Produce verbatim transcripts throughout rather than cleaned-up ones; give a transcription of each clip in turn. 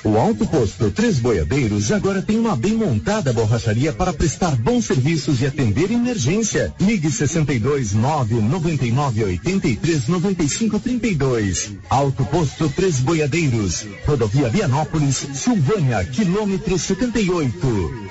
O Alto Posto Três Boiadeiros agora tem uma bem montada borracharia para prestar bons serviços e atender emergência. Ligue sessenta e dois, nove noventa e nove, oitenta e três, noventa e cinco, trinta e dois. Alto Posto Três Boiadeiros. Rodovia Vianópolis, Silvânia, quilômetro setenta e oito.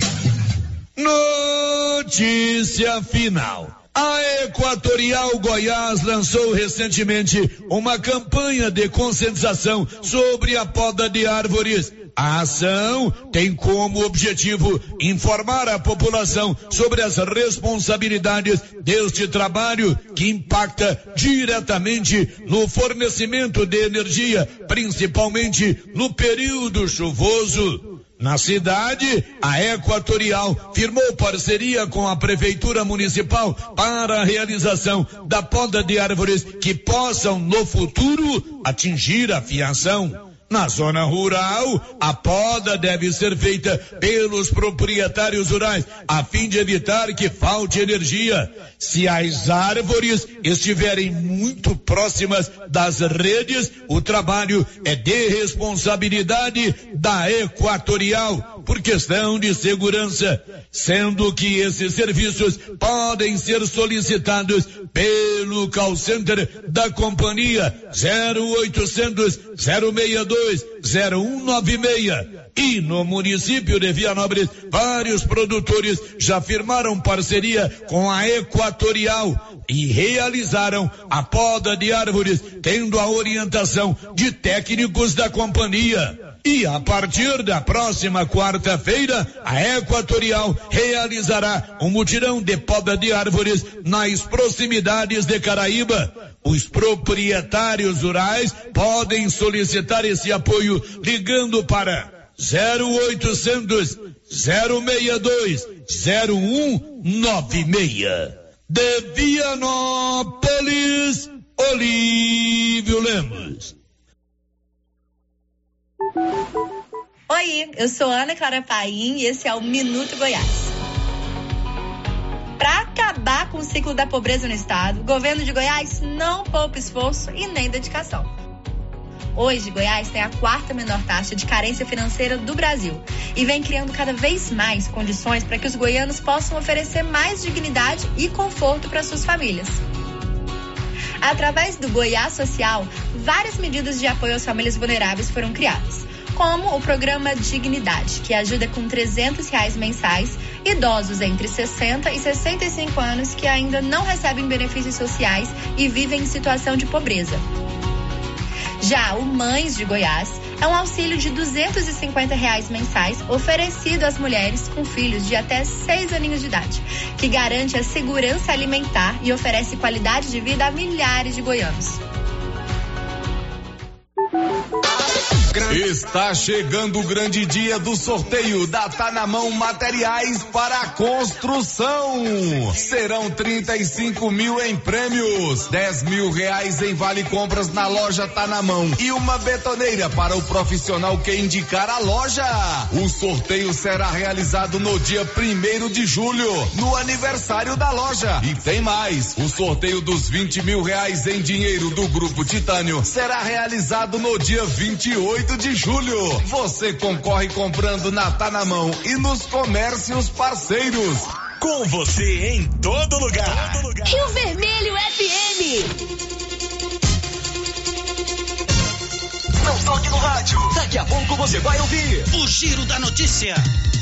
Notícia final. A Equatorial Goiás lançou recentemente uma campanha de conscientização sobre a poda de árvores. A ação tem como objetivo informar a população sobre as responsabilidades deste trabalho que impacta diretamente no fornecimento de energia, principalmente no período chuvoso. Na cidade, a Equatorial firmou parceria com a Prefeitura Municipal para a realização da poda de árvores que possam, no futuro, atingir a fiação. Na zona rural, a poda deve ser feita pelos proprietários rurais, a fim de evitar que falte energia. Se as árvores estiverem muito próximas das redes, o trabalho é de responsabilidade da Equatorial, por questão de segurança, sendo que esses serviços podem ser solicitados pelo call center da companhia zero oitocentos, zero seis dois, zero um nove seis. E no município de Vianópolis, vários produtores já firmaram parceria com a Equatorial e realizaram a poda de árvores, tendo a orientação de técnicos da companhia. E a partir da próxima quarta-feira, a Equatorial realizará um mutirão de poda de árvores nas proximidades de Caraíba. Os proprietários rurais podem solicitar esse apoio ligando para zero oitocentos, zero seis dois, zero um nove seis. De Vianópolis, Olívio Lemos. Oi, eu sou Ana Clara Paim e esse é o Minuto Goiás. Para acabar com o ciclo da pobreza no estado, o governo de Goiás não poupa esforço e nem dedicação. Hoje, Goiás tem a quarta menor taxa de carência financeira do Brasil e vem criando cada vez mais condições para que os goianos possam oferecer mais dignidade e conforto para suas famílias. Através do Goiás Social, várias medidas de apoio às famílias vulneráveis foram criadas, como o programa Dignidade, que ajuda com trezentos reais mensais idosos entre sessenta e sessenta e cinco anos que ainda não recebem benefícios sociais e vivem em situação de pobreza. Já o Mães de Goiás é um auxílio de duzentos e cinquenta reais mensais oferecido às mulheres com filhos de até seis aninhos de idade, que garante a segurança alimentar e oferece qualidade de vida a milhares de goianos. Está chegando o grande dia do sorteio da Tá na Mão Materiais para a Construção. Serão trinta e cinco mil em prêmios, dez mil reais em vale compras na loja Tá na Mão e uma betoneira para o profissional que indicar a loja. O sorteio será realizado no dia primeiro de julho, no aniversário da loja. E tem mais, o sorteio dos vinte mil reais em dinheiro do Grupo Titânio será realizado no dia vinte e oito de julho. Você concorre comprando na Tá na Mão e nos comércios parceiros. Com você em todo lugar. Todo lugar. Rio Vermelho F M. Não toque no rádio. Daqui a pouco você vai ouvir o Giro da Notícia.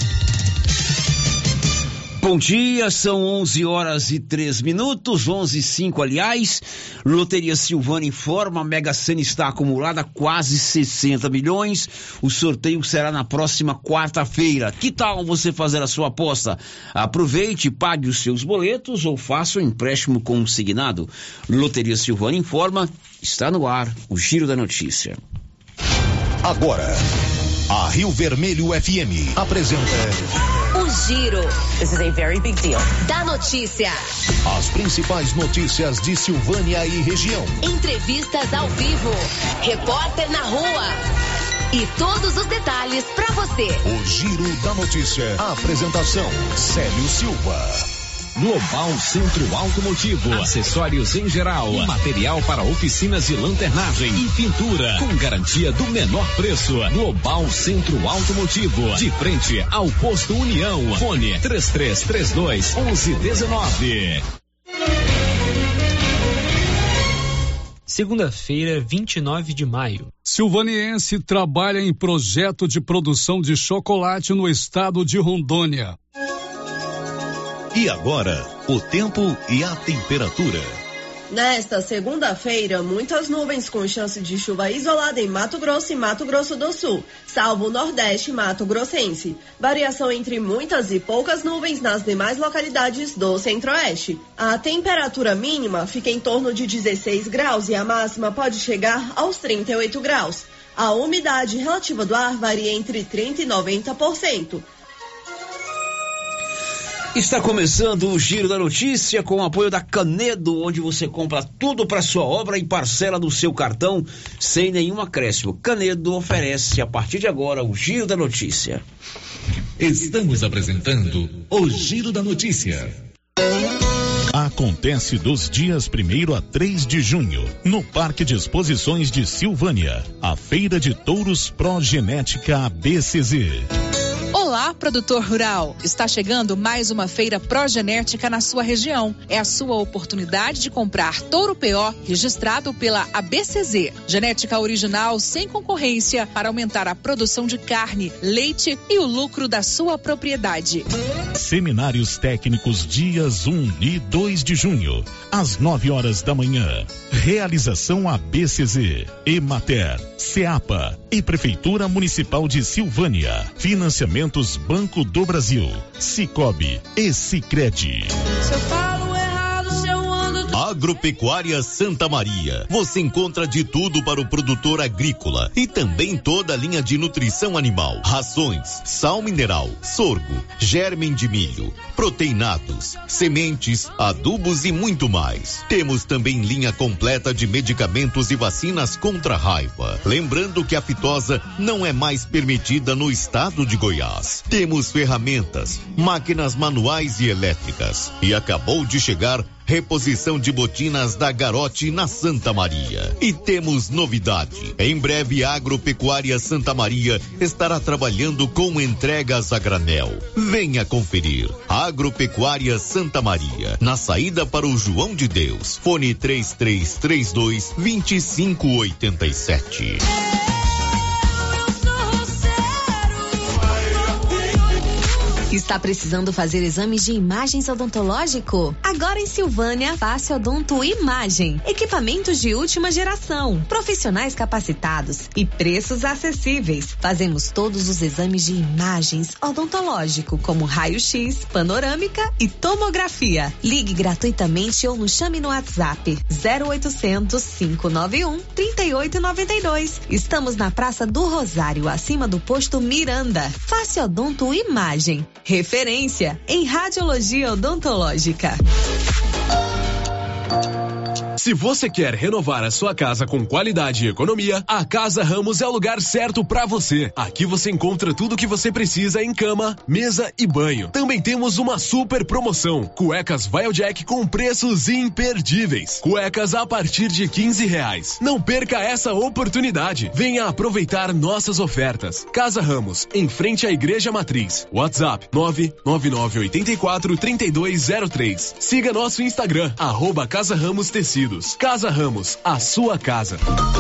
Bom dia, são onze horas e três minutos, onze e cinco, aliás. Loteria Silvânia informa, a Mega Sena está acumulada quase sessenta milhões. O sorteio será na próxima quarta-feira. Que tal você fazer a sua aposta? Aproveite, pague os seus boletos ou faça um empréstimo consignado. Loteria Silvânia informa, está no ar o Giro da Notícia. Agora, a Rio Vermelho F M apresenta o Giro. This is a very big deal. Da notícia. As principais notícias de Silvânia e região. Entrevistas ao vivo. Repórter na rua. E todos os detalhes para você. O Giro da Notícia. A apresentação, Célio Silva. Global Centro Automotivo, acessórios em geral, material para oficinas de lanternagem e pintura, com garantia do menor preço. Global Centro Automotivo, de frente ao posto União. Fone três três três dois, onze dezenove. Segunda-feira, vinte e nove de maio. Silvaniense trabalha em projeto de produção de chocolate no estado de Rondônia. E agora, o tempo e a temperatura. Nesta segunda-feira, muitas nuvens com chance de chuva isolada em Mato Grosso e Mato Grosso do Sul, salvo o Nordeste Mato Grossense. Variação entre muitas e poucas nuvens nas demais localidades do Centro-Oeste. A temperatura mínima fica em torno de dezesseis graus e a máxima pode chegar aos trinta e oito graus. A umidade relativa do ar varia entre trinta e noventa por cento. Está começando o Giro da Notícia com o apoio da Canedo, onde você compra tudo para sua obra e parcela no seu cartão sem nenhum acréscimo. Canedo oferece a partir de agora o Giro da Notícia. Estamos apresentando o Giro da Notícia. Acontece dos dias primeiro a três de junho, no Parque de Exposições de Silvânia, a Feira de Touros Progenética A B C Z. Olá, produtor rural! Está chegando mais uma feira progenética na sua região. É a sua oportunidade de comprar touro P O registrado pela A B C Z. Genética original sem concorrência para aumentar a produção de carne, leite e o lucro da sua propriedade. Seminários técnicos dias um e dois de junho, às nove horas da manhã. Realização A B C Z, Emater, Ceapa e Prefeitura Municipal de Silvânia. Financiamentos Banco do Brasil, Cicobi e Sicredi. Se eu falo errado, se eu ando... Agropecuária Santa Maria. Você encontra de tudo para o produtor agrícola e também toda a linha de nutrição animal. Rações, sal mineral, sorgo, germen de milho, proteinados, sementes, adubos e muito mais. Temos também linha completa de medicamentos e vacinas contra a raiva. Lembrando que a fitosa não é mais permitida no estado de Goiás. Temos ferramentas, máquinas manuais e elétricas. E acabou de chegar reposição de botinas da Garote na Santa Maria. E temos novidade. Em breve, a Agropecuária Santa Maria estará trabalhando com entregas a granel. Venha conferir. Agropecuária Santa Maria, na saída para o João de Deus. Fone três três três dois, dois cinco oito sete. Está precisando fazer exames de imagens odontológico? Agora em Silvânia, Face Odonto Imagem. Equipamentos de última geração, profissionais capacitados e preços acessíveis. Fazemos todos os exames de imagens odontológico, como raio-x, panorâmica e tomografia. Ligue gratuitamente ou nos chame no WhatsApp zero oitocentos, cinco nove um, três oito nove dois. Estamos na Praça do Rosário, acima do posto Miranda. Face Odonto Imagem. Referência em radiologia odontológica. Se você quer renovar a sua casa com qualidade e economia, a Casa Ramos é o lugar certo para você. Aqui você encontra tudo o que você precisa em cama, mesa e banho. Também temos uma super promoção: cuecas Vilejack com preços imperdíveis. Cuecas a partir de quinze reais. Não perca essa oportunidade. Venha aproveitar nossas ofertas. Casa Ramos, em frente à Igreja Matriz. WhatsApp nove nove nove oito quatro, três dois zero três. Siga nosso Instagram, arroba Casa Ramos Tecidos. Casa Ramos, a sua casa.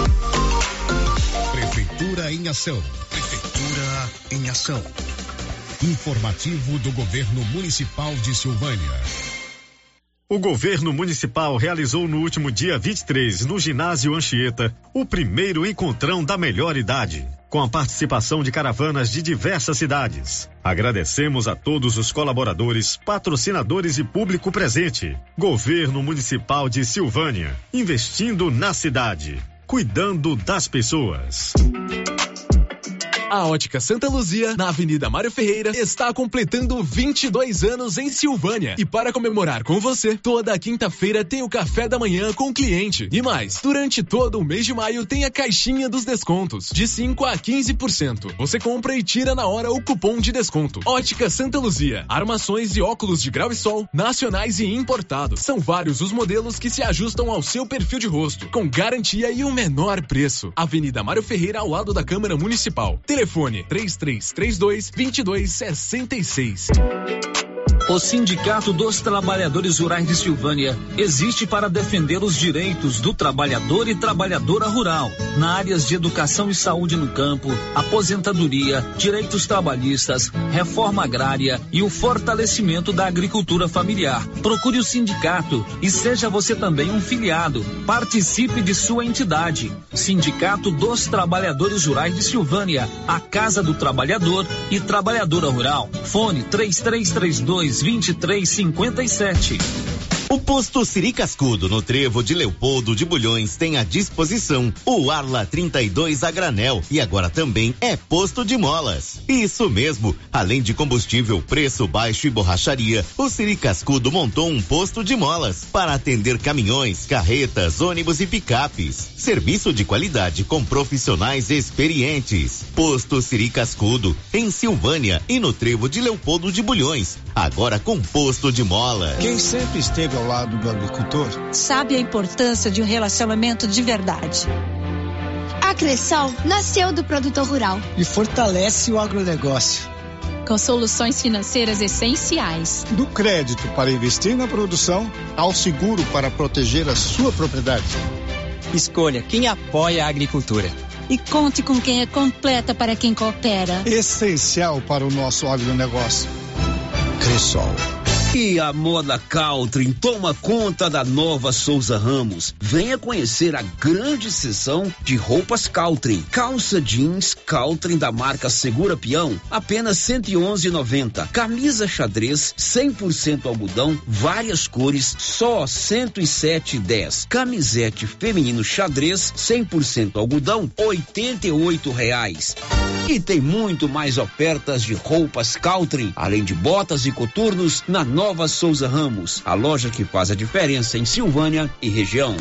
Prefeitura em ação. Prefeitura em ação. Informativo do Governo Municipal de Silvânia. O governo municipal realizou no último dia vinte e três, no ginásio Anchieta, o primeiro encontrão da melhor idade, com a participação de caravanas de diversas cidades. Agradecemos a todos os colaboradores, patrocinadores e público presente. Governo Municipal de Silvânia, investindo na cidade, cuidando das pessoas. A Ótica Santa Luzia, na Avenida Mário Ferreira, está completando vinte e dois anos em Silvânia. E para comemorar com você, toda quinta-feira tem o café da manhã com o cliente. E mais, durante todo o mês de maio tem a caixinha dos descontos, de cinco a quinze por cento. Você compra e tira na hora o cupom de desconto. Ótica Santa Luzia, armações e óculos de grau e sol, nacionais e importados. São vários os modelos que se ajustam ao seu perfil de rosto, com garantia e o menor preço. Avenida Mário Ferreira, ao lado da Câmara Municipal. Telefone três três três dois, dois dois seis seis. O Sindicato dos Trabalhadores Rurais de Silvânia existe para defender os direitos do trabalhador e trabalhadora rural, na áreas de educação e saúde no campo, aposentadoria, direitos trabalhistas, reforma agrária e o fortalecimento da agricultura familiar. Procure o sindicato e seja você também um filiado. Participe de sua entidade. Sindicato dos Trabalhadores Rurais de Silvânia, a Casa do Trabalhador e Trabalhadora Rural. Fone três três três dois, vinte e três cinquenta e sete. O posto Siri Cascudo, no Trevo de Leopoldo de Bulhões, tem à disposição o Arla trinta e dois a granel e agora também é posto de molas. Isso mesmo, além de combustível, preço baixo e borracharia, o Siri Cascudo montou um posto de molas para atender caminhões, carretas, ônibus e picapes. Serviço de qualidade com profissionais experientes. Posto Siri Cascudo, em Silvânia e no Trevo de Leopoldo de Bulhões, agora com posto de molas. Quem sempre esteve ao lado do agricultor sabe a importância de um relacionamento de verdade. A Cressol nasceu do produtor rural e fortalece o agronegócio com soluções financeiras essenciais, do crédito para investir na produção ao seguro para proteger a sua propriedade. Escolha quem apoia a agricultura e conte com quem é completa para quem coopera. Essencial para o nosso agronegócio. Cressol. E a moda Caltrim toma conta da Nova Souza Ramos. Venha conhecer a grande seção de roupas Caltrim. Calça jeans Caltrim da marca Segura Peão, apenas cento e onze reais e noventa centavos. Camisa xadrez cem por cento algodão, várias cores, só cento e sete reais e dez centavos. Camisete feminino xadrez cem por cento algodão, oitenta e oito reais. E tem muito mais ofertas de roupas Caltrim, além de botas e coturnos na Nova Souza Ramos, a loja que faz a diferença em Silvânia e região.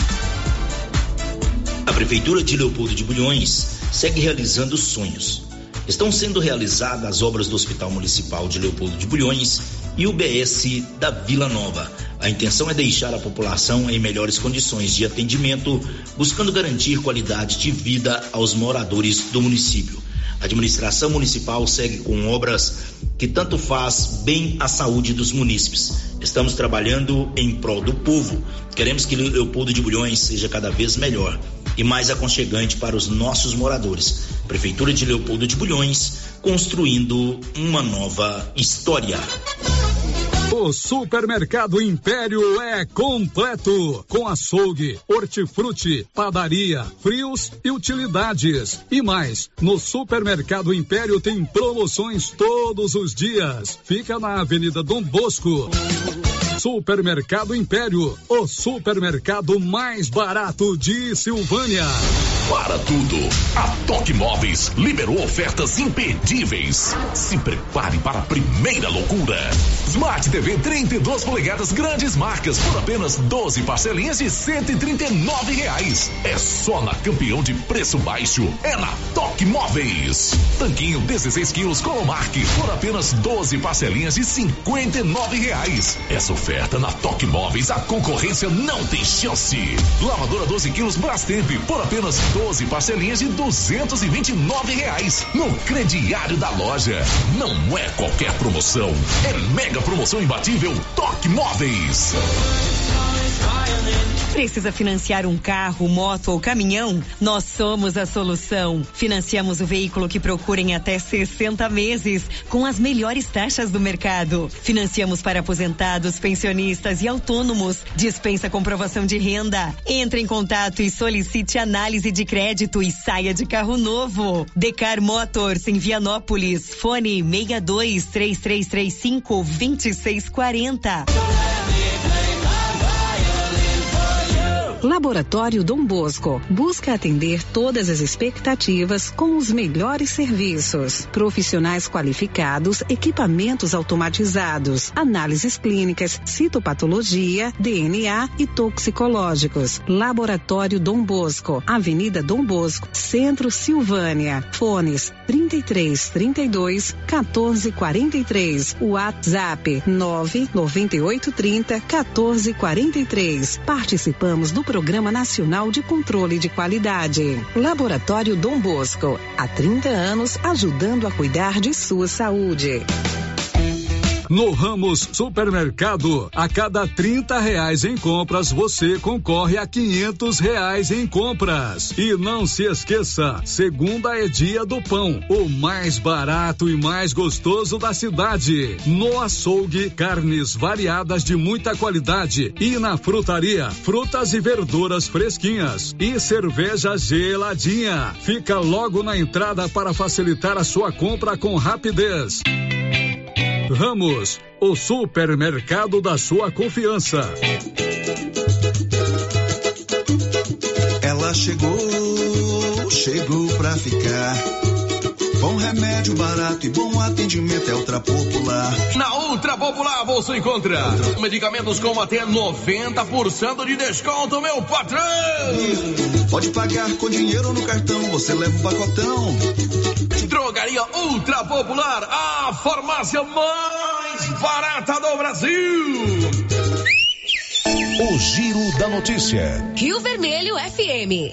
A Prefeitura de Leopoldo de Bulhões segue realizando sonhos. Estão sendo realizadas as obras do Hospital Municipal de Leopoldo de Bulhões e o B S da Vila Nova. A intenção é deixar a população em melhores condições de atendimento, buscando garantir qualidade de vida aos moradores do município. A administração municipal segue com obras que tanto faz bem à saúde dos munícipes. Estamos trabalhando em prol do povo. Queremos que Leopoldo de Bulhões seja cada vez melhor e mais aconchegante para os nossos moradores. Prefeitura de Leopoldo de Bulhões, construindo uma nova história. O Supermercado Império é completo, com açougue, hortifruti, padaria, frios e utilidades. E mais, no Supermercado Império tem promoções todos os dias. Fica na Avenida Dom Bosco. Supermercado Império, o supermercado mais barato de Silvânia. Para tudo, a Toque Móveis liberou ofertas imperdíveis. Se prepare para a primeira loucura. Smart T V trinta e duas polegadas grandes marcas por apenas doze parcelinhas de cento e trinta e nove reais. É só na Campeão de Preço Baixo, é na Toque Móveis. Tanquinho dezesseis quilos Colomark por apenas doze parcelinhas de cinquenta e nove reais. Essa oferta na Toque Móveis, a concorrência não tem chance. Lavadora doze quilos Brastemp por apenas doze parcelinhas de duzentos e vinte e nove reais no crediário da loja. Não é qualquer promoção, é mega promoção imbatível Toque Móveis. Precisa financiar um carro, moto ou caminhão? Nós somos a solução. Financiamos o veículo que procura em até sessenta meses, com as melhores taxas do mercado. Financiamos para aposentados, pensionistas e autônomos. Dispensa comprovação de renda. Entre em contato e solicite análise de crédito e saia de carro novo. Decar Motors em Vianópolis. Fone seis dois três três três cinco dois seis quatro zero. Laboratório Dom Bosco busca atender todas as expectativas com os melhores serviços. Profissionais qualificados, equipamentos automatizados, análises clínicas, citopatologia, D N A e toxicológicos. Laboratório Dom Bosco, Avenida Dom Bosco, Centro, Silvânia. Fones trinta e três, trinta e dois, quatorze, quarenta e três. WhatsApp nove nove oito, trinta, quatorze, quarenta e três. Participamos do Programa Nacional de Controle de Qualidade. Laboratório Dom Bosco, há trinta anos ajudando a cuidar de sua saúde. No Ramos Supermercado, a cada trinta reais em compras, você concorre a quinhentos reais em compras. E não se esqueça, segunda é dia do pão, o mais barato e mais gostoso da cidade. No açougue, carnes variadas de muita qualidade. E na frutaria, frutas e verduras fresquinhas. E cerveja geladinha. Fica logo na entrada para facilitar a sua compra com rapidez. Ramos, o supermercado da sua confiança. Ela chegou, chegou pra ficar. Bom remédio, barato e bom atendimento é Ultra Popular. Na Ultra Popular você encontra Ultra. medicamentos com até noventa por cento de desconto, meu patrão. Pode pagar com dinheiro no cartão, você leva um pacotão. Drogaria Ultra Popular, a farmácia mais barata do Brasil. O Giro da Notícia. Rio Vermelho F M.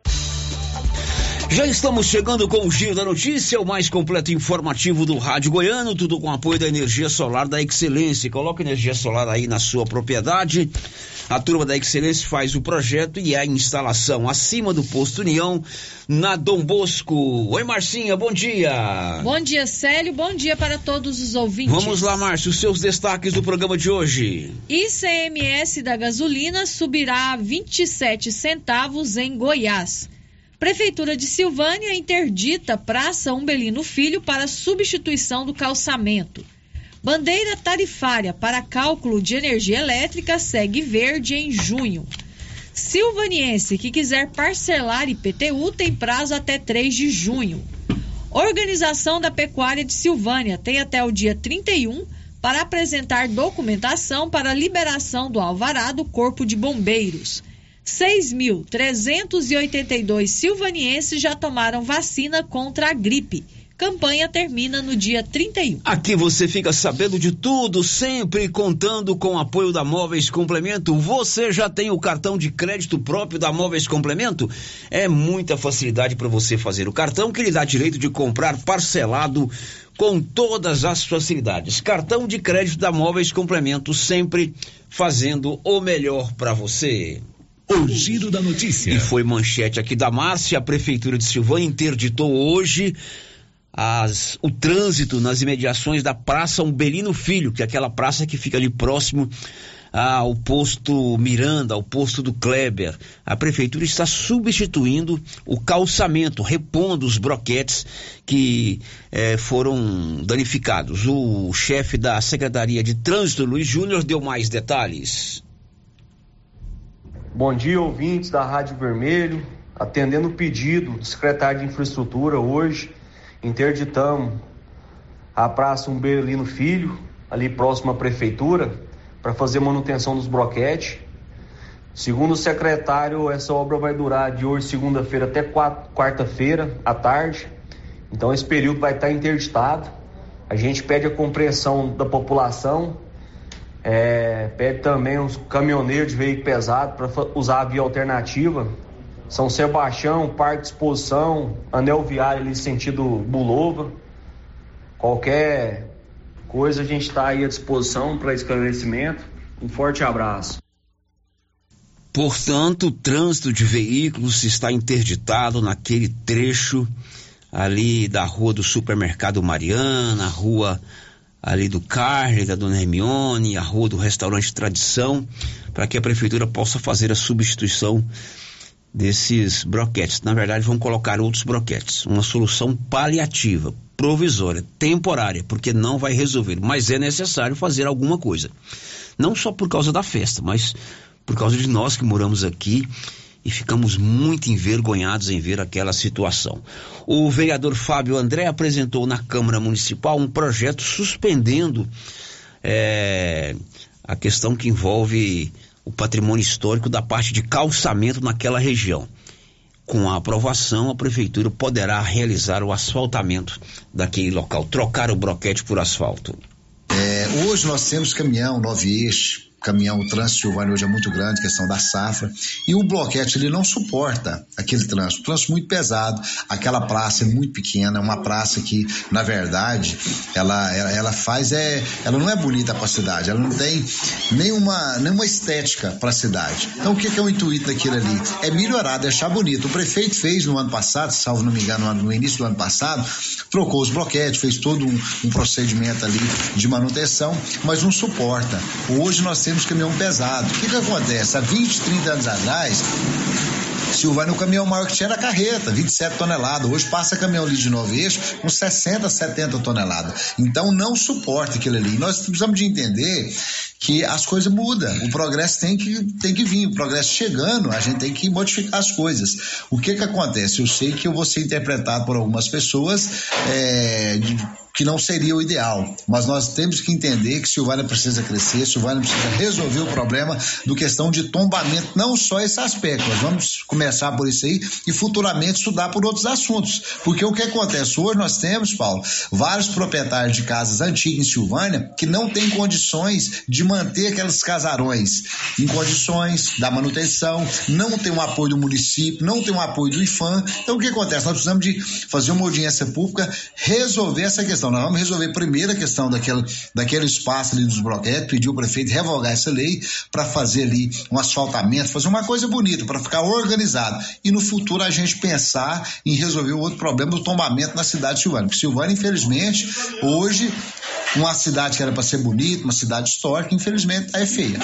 Já estamos chegando com o Giro da Notícia, o mais completo informativo do Rádio Goiano, tudo com apoio da energia solar da Excelência. Coloca energia solar aí na sua propriedade. A turma da Excelência faz o projeto e a instalação acima do posto União, na Dom Bosco. Oi, Marcinha, bom dia. Bom dia, Célio, bom dia para todos os ouvintes. Vamos lá, Márcio, os seus destaques do programa de hoje. I C M S da gasolina subirá a vinte e sete centavos em Goiás. Prefeitura de Silvânia interdita Praça Umbelino Filho para substituição do calçamento. Bandeira tarifária para cálculo de energia elétrica segue verde em junho. Silvaniense que quiser parcelar I P T U tem prazo até três de junho. Organização da Pecuária de Silvânia tem até o dia trinta e um para apresentar documentação para liberação do alvará do Corpo de Bombeiros. seis mil trezentos e oitenta e dois silvanienses já tomaram vacina contra a gripe. Campanha termina no dia trinta e um. Aqui você fica sabendo de tudo, sempre contando com o apoio da Móveis Complemento. Você já tem o cartão de crédito próprio da Móveis Complemento? É muita facilidade para você fazer o cartão que lhe dá direito de comprar parcelado com todas as facilidades. Cartão de crédito da Móveis Complemento, sempre fazendo o melhor para você. O Giro da Notícia. E foi manchete aqui da Márcia. A Prefeitura de Silvânia interditou hoje as, o trânsito nas imediações da Praça Umbelino Filho, que é aquela praça que fica ali próximo ao posto Miranda, ao posto do Kleber. A Prefeitura está substituindo o calçamento, repondo os broquetes que eh, foram danificados. O chefe da Secretaria de Trânsito, Luiz Júnior, deu mais detalhes. Bom dia, ouvintes da Rádio Vermelho. Atendendo o pedido do secretário de Infraestrutura, hoje interditamos a Praça Umbelino Filho, ali próximo à Prefeitura, para fazer manutenção dos broquetes. Segundo o secretário, essa obra vai durar de hoje, segunda-feira, até quarta-feira, à tarde. Então, esse período vai estar interditado. A gente pede a compreensão da população. É, pede também os caminhoneiros de veículo pesado para usar a via alternativa. São Sebastião, Parque de Exposição, Anel Viário ali sentido Bulova. Qualquer coisa a gente está aí à disposição para esclarecimento. Um forte abraço. Portanto, o trânsito de veículos está interditado naquele trecho ali da rua do Supermercado Mariana, a rua ali do Carne, da Dona Hermione, a rua do Restaurante Tradição, para que a Prefeitura possa fazer a substituição desses broquetes. Na verdade, vão colocar outros broquetes, uma solução paliativa, provisória, temporária, porque não vai resolver, mas é necessário fazer alguma coisa. Não só por causa da festa, mas por causa de nós que moramos aqui e ficamos muito envergonhados em ver aquela situação. O vereador Fábio André apresentou na Câmara Municipal um projeto suspendendo é, a questão que envolve o patrimônio histórico da parte de calçamento naquela região. Com a aprovação, a prefeitura poderá realizar o asfaltamento daquele local, trocar o broquete por asfalto. É, hoje nós temos caminhão, nove eixos, caminhão, o trânsito Silvânia hoje é muito grande, questão da safra, e o bloquete ele não suporta aquele trânsito, trânsito muito pesado, aquela praça é muito pequena, uma praça que, na verdade, ela, ela, ela faz, é, ela não é bonita para a cidade, ela não tem nenhuma, nenhuma estética para a cidade. Então o que, que é o intuito daquilo ali? É melhorar, deixar bonito. O prefeito fez no ano passado, salvo não me engano, no início do ano passado, trocou os bloquetes, fez todo um, um procedimento ali de manutenção, mas não suporta. Hoje nós temos caminhão pesado. O que que acontece? Há vinte, trinta anos atrás, Silvânia, o caminhão maior que tinha era a carreta, vinte e sete toneladas. Hoje passa caminhão ali de nove eixos com sessenta, setenta toneladas. Então não suporta aquilo ali. Nós precisamos de entender que as coisas mudam. O progresso tem que, tem que vir. O progresso chegando, a gente tem que modificar as coisas. O que que acontece? Eu sei que eu vou ser interpretado por algumas pessoas é, de, que não seria o ideal, mas nós temos que entender que Silvânia precisa crescer, Silvânia precisa resolver o problema do questão de tombamento, não só esse aspecto. Nós vamos começar por isso aí e futuramente estudar por outros assuntos, porque o que acontece hoje, nós temos, Paulo, vários proprietários de casas antigas em Silvânia que não têm condições de manter aqueles casarões em condições da manutenção, não tem o apoio do município, não tem o apoio do I F A M. Então o que acontece? Nós precisamos de fazer uma audiência pública, resolver essa questão. Nós vamos resolver primeiro a questão daquele, daquele espaço ali dos bloquetes, pedir o prefeito revogar essa lei para fazer ali um asfaltamento, fazer uma coisa bonita, para ficar organizado. E no futuro a gente pensar em resolver o outro problema do tombamento na cidade de Silvânia. Porque Silvânia, infelizmente, hoje, uma cidade que era para ser bonita, uma cidade histórica, infelizmente, é feia.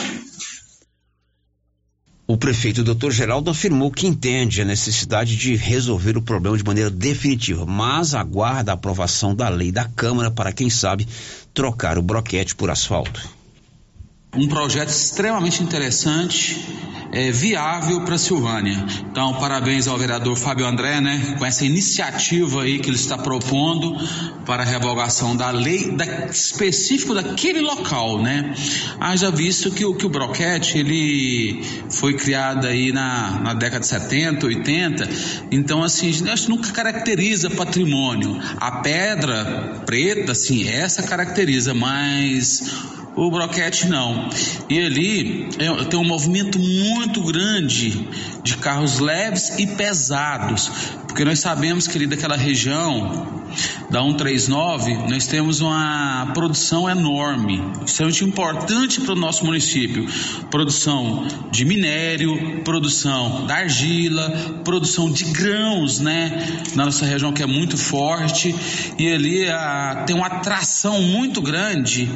O prefeito doutor Geraldo afirmou que entende a necessidade de resolver o problema de maneira definitiva, mas aguarda a aprovação da lei da Câmara para, quem sabe, trocar o broquete por asfalto. Um projeto extremamente interessante, é, viável para Silvânia. Então, parabéns ao vereador Fábio André, né, com essa iniciativa aí que ele está propondo para a revogação da lei da, específico daquele local, né? Haja visto que o, que o broquete, ele foi criado aí na, na década de setenta, oitenta, então, assim, acho que nunca caracteriza patrimônio. A pedra preta, assim, essa caracteriza, mas o broquete não. E ali é, tem um movimento muito grande de carros leves e pesados, porque nós sabemos que ali daquela região da cento e trinta e nove nós temos uma produção enorme, extremamente importante para o nosso município. Produção de minério, produção da argila, produção de grãos, né, na nossa região, que é muito forte, e ali a, tem uma atração muito grande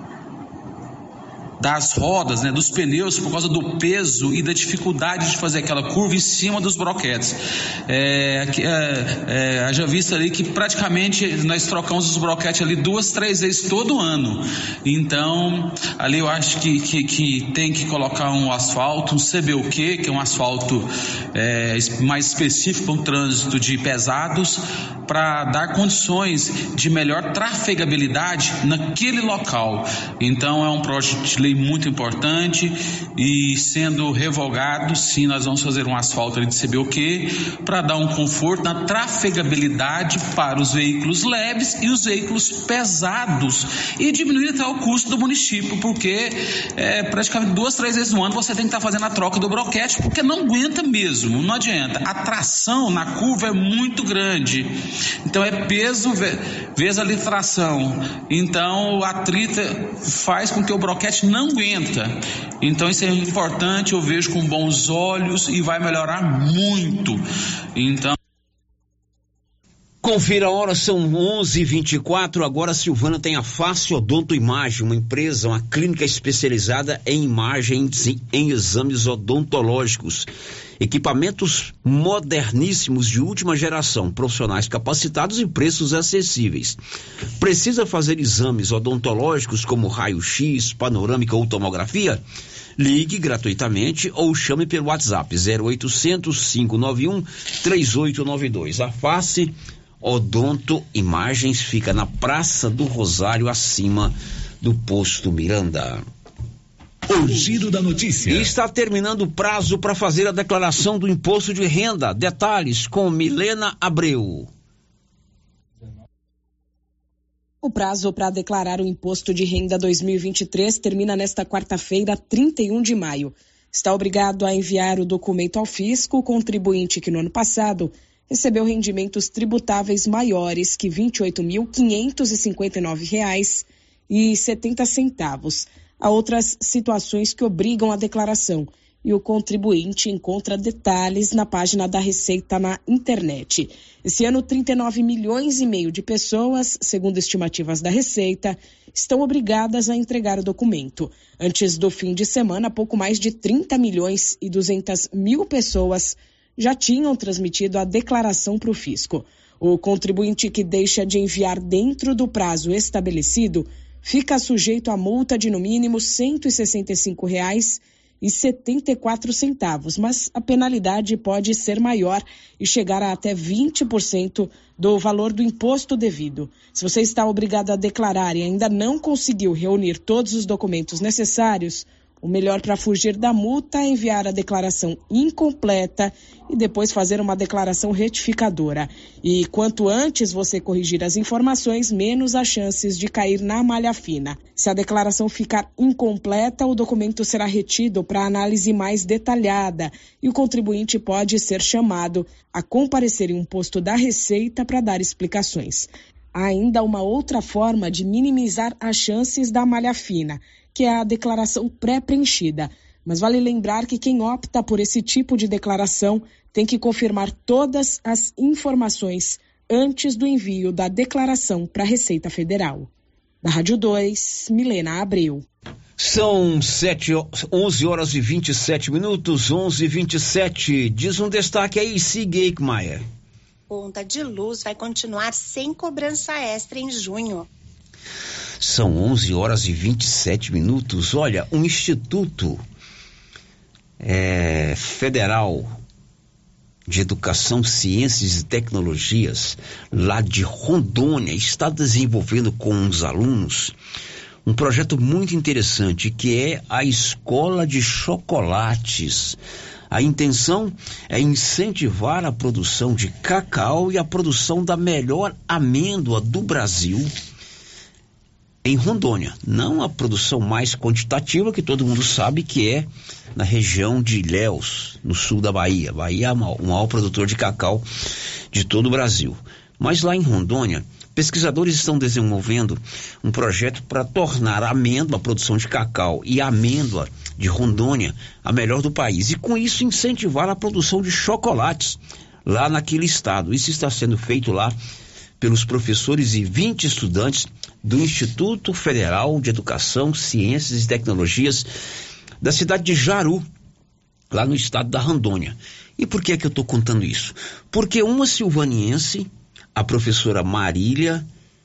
das rodas, né, dos pneus, por causa do peso e da dificuldade de fazer aquela curva em cima dos broquetes. É, é, é, já visto ali que praticamente nós trocamos os broquetes ali duas, três vezes todo ano. Então, ali eu acho que, que, que tem que colocar um asfalto, um C B U Q, que é um asfalto é, mais específico para um trânsito de pesados, para dar condições de melhor trafegabilidade naquele local. Então, é um projeto de lei muito importante, e sendo revogado, sim, nós vamos fazer um asfalto ali de C B U Q para dar um conforto na trafegabilidade para os veículos leves e os veículos pesados, e diminuir até o custo do município, porque é, praticamente duas, três vezes no ano você tem que estar tá fazendo a troca do broquete, porque não aguenta mesmo, não adianta. A tração na curva é muito grande, então é peso vezes a litração, então a trita faz com que o broquete não não aguenta. Então isso é importante, eu vejo com bons olhos e vai melhorar muito. Então Confira a hora, são onze e vinte e quatro. Agora a Silvânia tem a Face Odonto Imagem, uma empresa, uma clínica especializada em imagens e em exames odontológicos. Equipamentos moderníssimos de última geração, profissionais capacitados e preços acessíveis. Precisa fazer exames odontológicos como raio-x, panorâmica ou tomografia? Ligue gratuitamente ou chame pelo WhatsApp zero oitocentos, cinco nove um, três oito nove dois. A Face Odonto Imagens fica na Praça do Rosário, acima do Posto Miranda. O giro da notícia. E está terminando o prazo para fazer a declaração do imposto de renda. Detalhes com Milena Abreu. O prazo para declarar o imposto de renda dois mil e vinte e três termina nesta quarta-feira, trinta e um de maio. Está obrigado a enviar o documento ao fisco o contribuinte que no ano passado recebeu rendimentos tributáveis maiores que vinte e oito mil, quinhentos e cinquenta e nove reais e setenta centavos. Há outras situações que obrigam a declaração e o contribuinte encontra detalhes na página da Receita na internet. Esse ano, trinta e nove milhões e meio de pessoas, segundo estimativas da Receita, estão obrigadas a entregar o documento. Antes do fim de semana, pouco mais de trinta milhões e duzentas mil pessoas já tinham transmitido a declaração para o fisco. O contribuinte que deixa de enviar dentro do prazo estabelecido fica sujeito a multa de no mínimo cento e sessenta e cinco reais e setenta e quatro centavos, mas a penalidade pode ser maior e chegar a até vinte por cento do valor do imposto devido. Se você está obrigado a declarar e ainda não conseguiu reunir todos os documentos necessários, o melhor para fugir da multa é enviar a declaração incompleta e depois fazer uma declaração retificadora. E quanto antes você corrigir as informações, menos as chances de cair na malha fina. Se a declaração ficar incompleta, o documento será retido para análise mais detalhada e o contribuinte pode ser chamado a comparecer em um posto da Receita para dar explicações. Há ainda uma outra forma de minimizar as chances da malha fina, que é a declaração pré-preenchida. Mas vale lembrar que quem opta por esse tipo de declaração tem que confirmar todas as informações antes do envio da declaração para a Receita Federal. Da Rádio dois, Milena Abreu. São sete, onze horas e vinte e sete minutos, onze e vinte e sete. Diz um destaque aí, Sig Eichmeier. Conta de luz vai continuar sem cobrança extra em junho. São onze horas e vinte e sete minutos. Olha, um instituto é, federal de Educação, Ciências e Tecnologias, lá de Rondônia, está desenvolvendo com os alunos um projeto muito interessante, que é a Escola de Chocolates. A intenção é incentivar a produção de cacau e a produção da melhor amêndoa do Brasil em Rondônia. Não a produção mais quantitativa, que todo mundo sabe que é na região de Ilhéus, no sul da Bahia. Bahia é o maior produtor de cacau de todo o Brasil. Mas lá em Rondônia, pesquisadores estão desenvolvendo um projeto para tornar a amêndoa, a produção de cacau e a amêndoa de Rondônia a melhor do país. E com isso incentivar a produção de chocolates lá naquele estado. Isso está sendo feito lá pelos professores e vinte estudantes do Instituto Federal de Educação, Ciências e Tecnologias da cidade de Jaru, lá no estado da Rondônia. E por que é que eu estou contando isso? Porque uma silvaniense, a professora Marília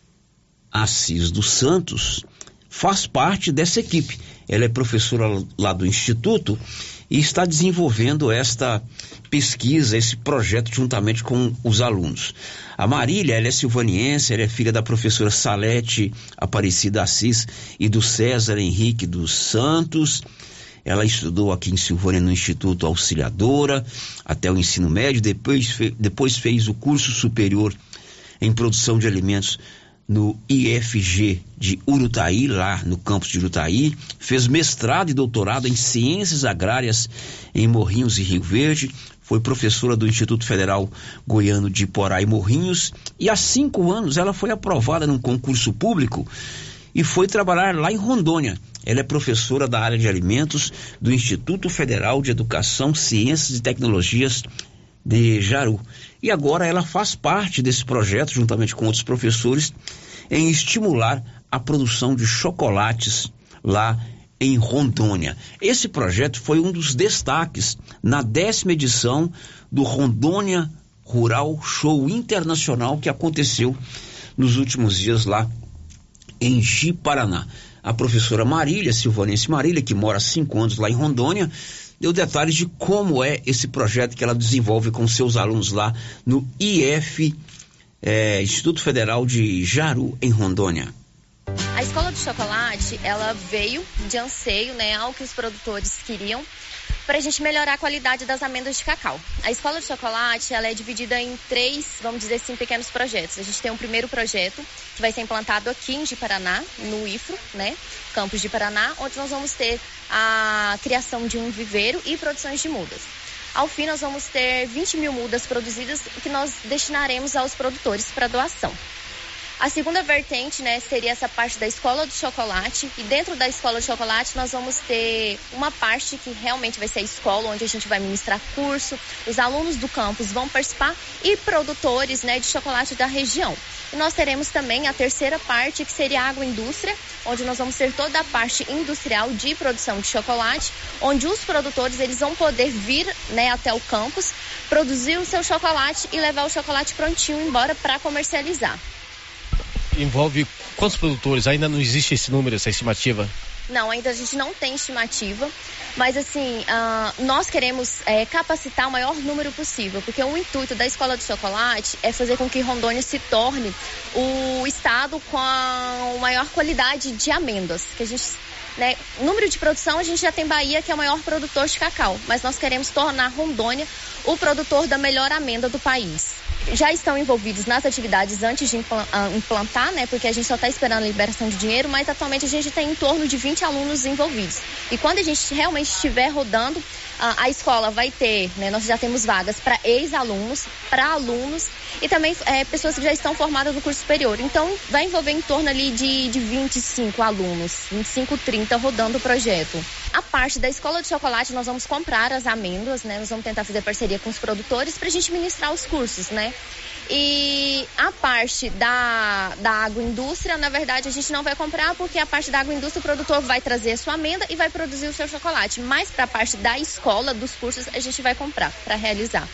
Assis dos Santos, faz parte dessa equipe. Ela é professora lá do Instituto e está desenvolvendo esta pesquisa, esse projeto juntamente com os alunos. A Marília, ela é silvaniense, ela é filha da professora Salete Aparecida Assis e do César Henrique dos Santos. Ela estudou aqui em Silvânia no Instituto Auxiliadora até o ensino médio, depois, fe, depois fez o curso superior em produção de alimentos no I F G de Urutaí, lá no campus de Urutaí, fez mestrado e doutorado em Ciências Agrárias em Morrinhos e Rio Verde, foi professora do Instituto Federal Goiano de Iporá e Morrinhos, e há cinco anos ela foi aprovada num concurso público e foi trabalhar lá em Rondônia. Ela é professora da área de alimentos do Instituto Federal de Educação, Ciências e Tecnologias de Jaru. E agora ela faz parte desse projeto, juntamente com outros professores, em estimular a produção de chocolates lá em Rondônia. Esse projeto foi um dos destaques na décima edição do Rondônia Rural Show Internacional, que aconteceu nos últimos dias lá em Ji-Paraná. A professora Marília, Silvanense Marília, que mora há cinco anos lá em Rondônia, deu detalhes de como é esse projeto que ela desenvolve com seus alunos lá no I F, é, Instituto Federal de Jaru, em Rondônia. A Escola do Chocolate, ela veio de anseio, né, ao que os produtores queriam, para a gente melhorar a qualidade das amêndoas de cacau. A Escola de Chocolate, ela é dividida em três, vamos dizer assim, pequenos projetos. A gente tem um primeiro projeto, que vai ser implantado aqui em Ji-Paraná, no I F R O, né, campus de Paraná, onde nós vamos ter a criação de um viveiro e produções de mudas. Ao fim, nós vamos ter vinte mil mudas produzidas, que nós destinaremos aos produtores para doação. A segunda vertente, né, seria essa parte da Escola do Chocolate, e dentro da Escola do Chocolate nós vamos ter uma parte que realmente vai ser a escola, onde a gente vai ministrar curso, os alunos do campus vão participar e produtores, né, de chocolate da região. E nós teremos também a terceira parte, que seria a agroindústria, onde nós vamos ter toda a parte industrial de produção de chocolate, onde os produtores eles vão poder vir, né, até o campus, produzir o seu chocolate e levar o chocolate prontinho embora para comercializar. Envolve quantos produtores? Ainda não existe esse número, essa estimativa? Não, ainda a gente não tem estimativa, mas assim, uh, nós queremos é, capacitar o maior número possível, porque o intuito da Escola de Chocolate é fazer com que Rondônia se torne o estado com a maior qualidade de amêndoas, que a gente... Né, número de produção, a gente já tem Bahia, que é o maior produtor de cacau, mas nós queremos tornar Rondônia o produtor da melhor amêndoa do país. Já estão envolvidos nas atividades antes de implantar, né, porque a gente só está esperando a liberação de dinheiro, mas atualmente a gente tem em torno de vinte alunos envolvidos. E quando a gente realmente estiver rodando, a, a escola vai ter, né, nós já temos vagas para ex-alunos, para alunos e também é, pessoas que já estão formadas no curso superior. Então, vai envolver em torno ali de, de vinte e cinco alunos, vinte e cinco, trinta rodando o projeto. A parte da Escola de Chocolate, nós vamos comprar as amêndoas, né? Nós vamos tentar fazer parceria com os produtores para a gente ministrar os cursos, né? E a parte da, da agroindústria, na verdade, a gente não vai comprar, porque a parte da agroindústria o produtor vai trazer a sua amêndoa e vai produzir o seu chocolate. Mas para a parte da escola, dos cursos, a gente vai comprar para realizar.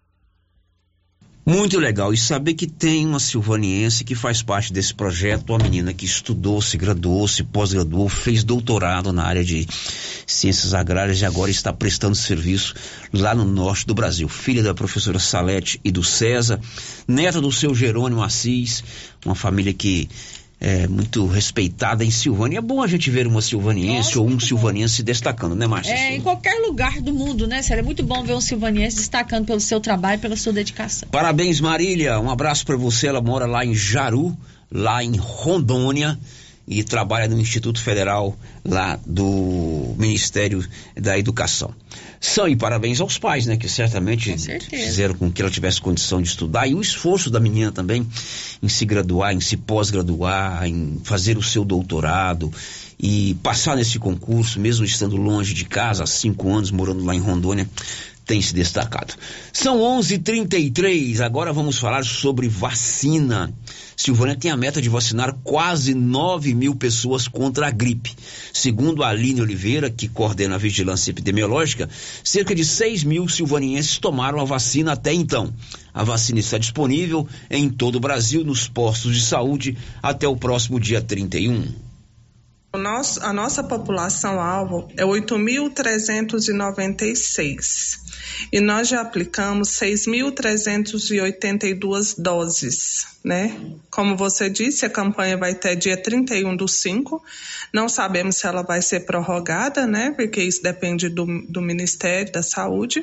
Muito legal. E saber que tem uma silvaniense que faz parte desse projeto, uma menina que estudou, se graduou, se pós-graduou, fez doutorado na área de ciências agrárias e agora está prestando serviço lá no norte do Brasil. Filha da professora Salete e do César, neta do seu Jerônimo Assis, uma família que é muito respeitada em Silvânia. É bom a gente ver uma silvaniense Nossa, ou um silvaniense se destacando, né, Márcia? É, em qualquer lugar do mundo, né, Célia? É muito bom ver um silvaniense destacando pelo seu trabalho e pela sua dedicação. Parabéns, Marília. Um abraço para você. Ela mora lá em Jaru, lá em Rondônia, e trabalha no Instituto Federal lá do Ministério da Educação. São e parabéns aos pais, né, que certamente fizeram com que ela tivesse condição de estudar, e o esforço da menina também em se graduar, em se pós-graduar, em fazer o seu doutorado e passar nesse concurso, mesmo estando longe de casa, há cinco anos, morando lá em Rondônia, tem se destacado. São onze e trinta e três, agora vamos falar sobre vacina. Silvânia tem a meta de vacinar quase nove mil pessoas contra a gripe. Segundo a Aline Oliveira, que coordena a vigilância epidemiológica, cerca de seis mil silvanienses tomaram a vacina até então. A vacina está disponível em todo o Brasil, nos postos de saúde, até o próximo dia trinta e um. O nosso, a nossa população-alvo é oito mil trezentos e noventa e seis e nós já aplicamos seis mil trezentos e oitenta e duas doses, né? Como você disse, a campanha vai até dia trinta e um do cinco, não sabemos se ela vai ser prorrogada, né? Porque isso depende do, do Ministério da Saúde.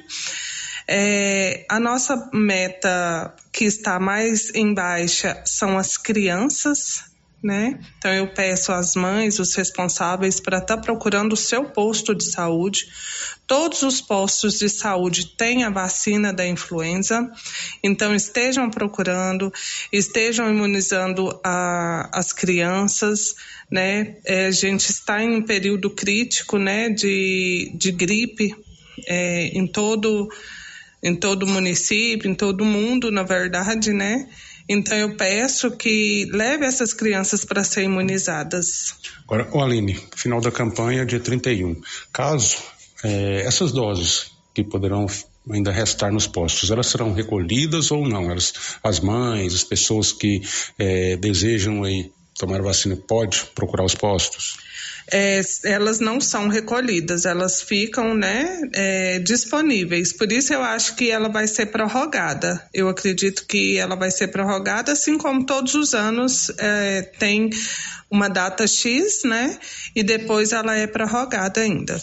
É, a nossa meta que está mais em baixa são as crianças, né? Então eu peço às mães, os responsáveis, para estar tá procurando o seu posto de saúde. Todos os postos de saúde têm a vacina da influenza, então estejam procurando, estejam imunizando a, as crianças, né? É, a gente está em um período crítico, né, de, de gripe é, em todo em todo o município, em todo o mundo, na verdade, né? Então eu peço que leve essas crianças para serem imunizadas. Agora, ô Aline, final da campanha dia trinta e um. Caso é, essas doses que poderão ainda restar nos postos, elas serão recolhidas ou não? Elas, as mães, as pessoas que é, desejam aí tomar vacina, pode procurar os postos? É, elas não são recolhidas, elas ficam, né, é, disponíveis. Por isso eu acho que ela vai ser prorrogada. Eu acredito que ela vai ser prorrogada, assim como todos os anos é, tem uma data X, né, e depois ela é prorrogada ainda.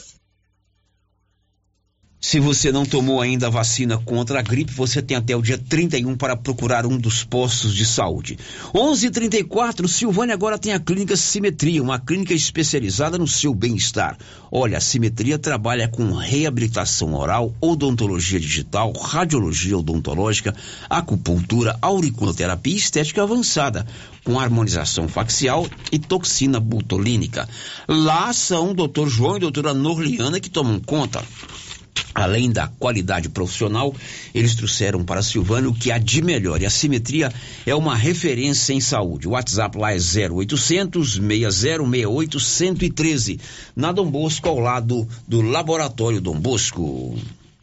Se você não tomou ainda a vacina contra a gripe, você tem até o dia trinta e um para procurar um dos postos de saúde. onze e trinta e quatro, Silvânia agora tem a Clínica Simetria, uma clínica especializada no seu bem-estar. Olha, a Simetria trabalha com reabilitação oral, odontologia digital, radiologia odontológica, acupuntura, auriculoterapia e estética avançada, com harmonização facial e toxina botulínica. Lá são o doutor João e a doutora Norliana que tomam conta. Além da qualidade profissional, eles trouxeram para a Silvânia o que há de melhor. E a Simetria é uma referência em saúde. O WhatsApp lá é zero oitocentos, seis zero seis oito, um um três. Na Dom Bosco, ao lado do Laboratório Dom Bosco.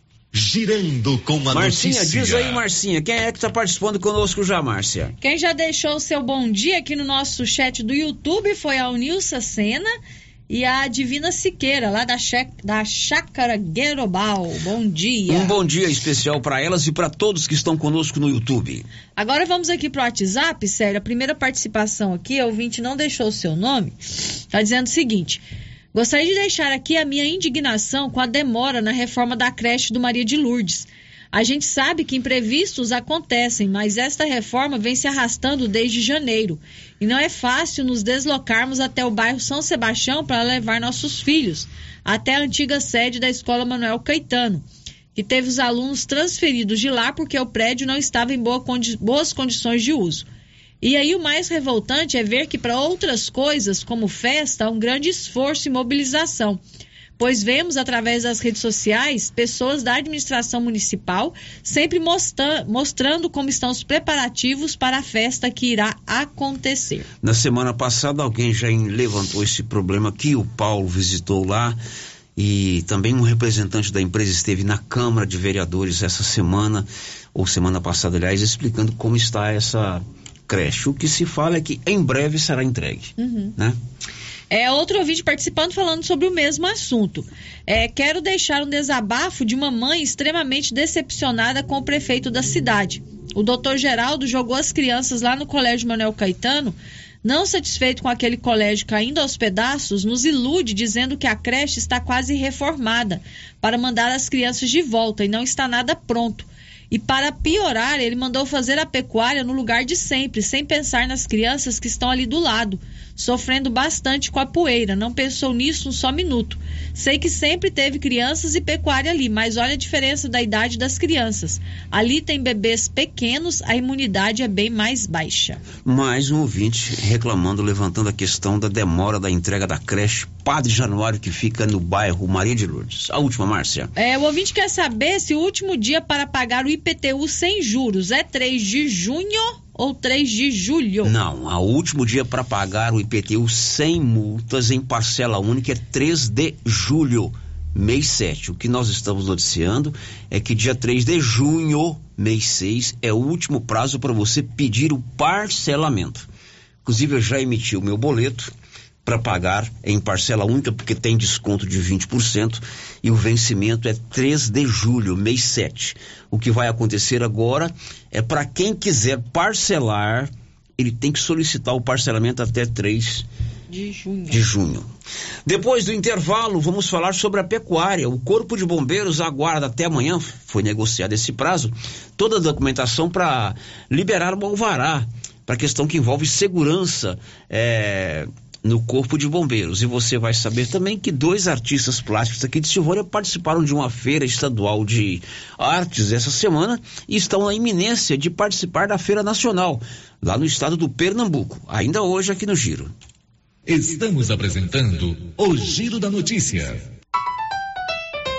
Girando com a Marcinha, notícia. diz aí, Marcinha, quem é que está participando conosco já, Márcia? Quem já deixou o seu bom dia aqui no nosso chat do YouTube foi a Unilsa Sena e a Divina Siqueira, lá da, da Chácara Guerobal. Bom dia. Um bom dia especial para elas e para todos que estão conosco no YouTube. Agora vamos aqui pro WhatsApp, sério, a primeira participação aqui, a ouvinte não deixou o seu nome, tá dizendo o seguinte: gostaria de deixar aqui a minha indignação com a demora na reforma da creche do Maria de Lourdes. A gente sabe que imprevistos acontecem, mas esta reforma vem se arrastando desde janeiro. E não é fácil nos deslocarmos até o bairro São Sebastião para levar nossos filhos até a antiga sede da Escola Manuel Caetano, que teve os alunos transferidos de lá porque o prédio não estava em boa condi- boas condições de uso. E aí o mais revoltante é ver que para outras coisas, como festa, há um grande esforço e mobilização. Pois vemos através das redes sociais pessoas da administração municipal sempre mostra- mostrando como estão os preparativos para a festa que irá acontecer. Na semana passada alguém já levantou esse problema aqui, o Paulo visitou lá e também um representante da empresa esteve na Câmara de Vereadores essa semana, ou semana passada, aliás, explicando como está essa creche. O que se fala é que em breve será entregue, Uhum. né? É outro ouvinte participando falando sobre o mesmo assunto. É, quero deixar um desabafo de uma mãe extremamente decepcionada com o prefeito da cidade. O doutor Geraldo jogou as crianças lá no Colégio Manuel Caetano. Não satisfeito com aquele colégio caindo aos pedaços, nos ilude dizendo que a creche está quase reformada para mandar as crianças de volta e não está nada pronto. E para piorar, ele mandou fazer a pecuária no lugar de sempre, sem pensar nas crianças que estão ali do lado, sofrendo bastante com a poeira. Não pensou nisso um só minuto. Sei que sempre teve crianças e pecuária ali, mas olha a diferença da idade das crianças. Ali tem bebês pequenos, a imunidade é bem mais baixa. Mais um ouvinte reclamando, levantando a questão da demora da entrega da creche Padre Januário, que fica no bairro Maria de Lourdes. A última, Márcia. É, o ouvinte quer saber se o último dia para pagar o I P T U sem juros é três de junho ou três de julho? Não, o último dia para pagar o I P T U sem multas em parcela única é três de julho, mês sete. O que nós estamos noticiando é que dia três de junho, mês seis, é o último prazo para você pedir o parcelamento. Inclusive, eu já emiti o meu boleto para pagar em parcela única, porque tem desconto de vinte por cento e o vencimento é três de julho, mês sete. O que vai acontecer agora é para quem quiser parcelar, ele tem que solicitar o parcelamento até três de junho. de junho. Depois do intervalo, vamos falar sobre a pecuária. O Corpo de Bombeiros aguarda até amanhã, foi negociado esse prazo, toda a documentação para liberar o alvará, para a questão que envolve segurança, é... no Corpo de Bombeiros. E você vai saber também que dois artistas plásticos aqui de Silvânia participaram de uma feira estadual de artes essa semana e estão na iminência de participar da Feira Nacional, lá no estado do Pernambuco, ainda hoje aqui no Giro. Estamos apresentando o Giro da Notícia.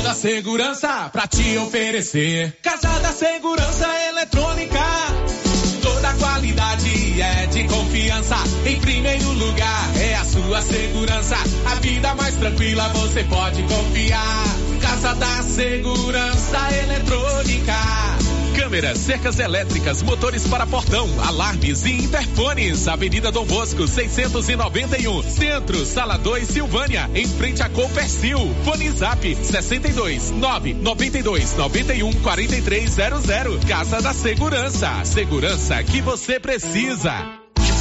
toda a segurança pra te oferecer. Casa da Segurança Eletrônica, toda a qualidade é de confiança. Em primeiro lugar é a sua segurança. A vida mais tranquila você pode confiar. Casa da Segurança Eletrônica. Câmeras, cercas elétricas, motores para portão, alarmes e interfones. Avenida Dom Bosco, seiscentos e noventa e um, Centro, Sala dois, Silvânia, em frente a Copercil. Fone Zap sessenta e dois, nove noventa e dois, noventa e um, quarenta e três zero zero. Casa da Segurança, segurança que você precisa.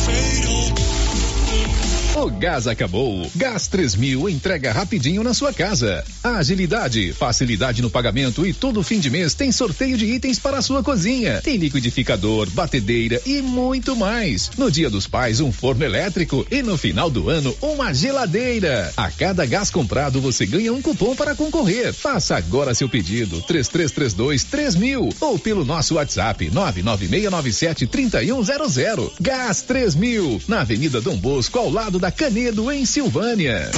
O gás acabou. Gás três mil entrega rapidinho na sua casa. Agilidade, facilidade no pagamento e todo fim de mês tem sorteio de itens para a sua cozinha. Tem liquidificador, batedeira e muito mais. No Dia dos Pais, um forno elétrico e no final do ano, uma geladeira. A cada gás comprado, você ganha um cupom para concorrer. Faça agora seu pedido, três três três dois, três mil ou pelo nosso WhatsApp, nove nove seis nove sete, três um zero zero. Gás três mil, na Avenida Dom Bosco, ao lado da Canedo, em Silvânia.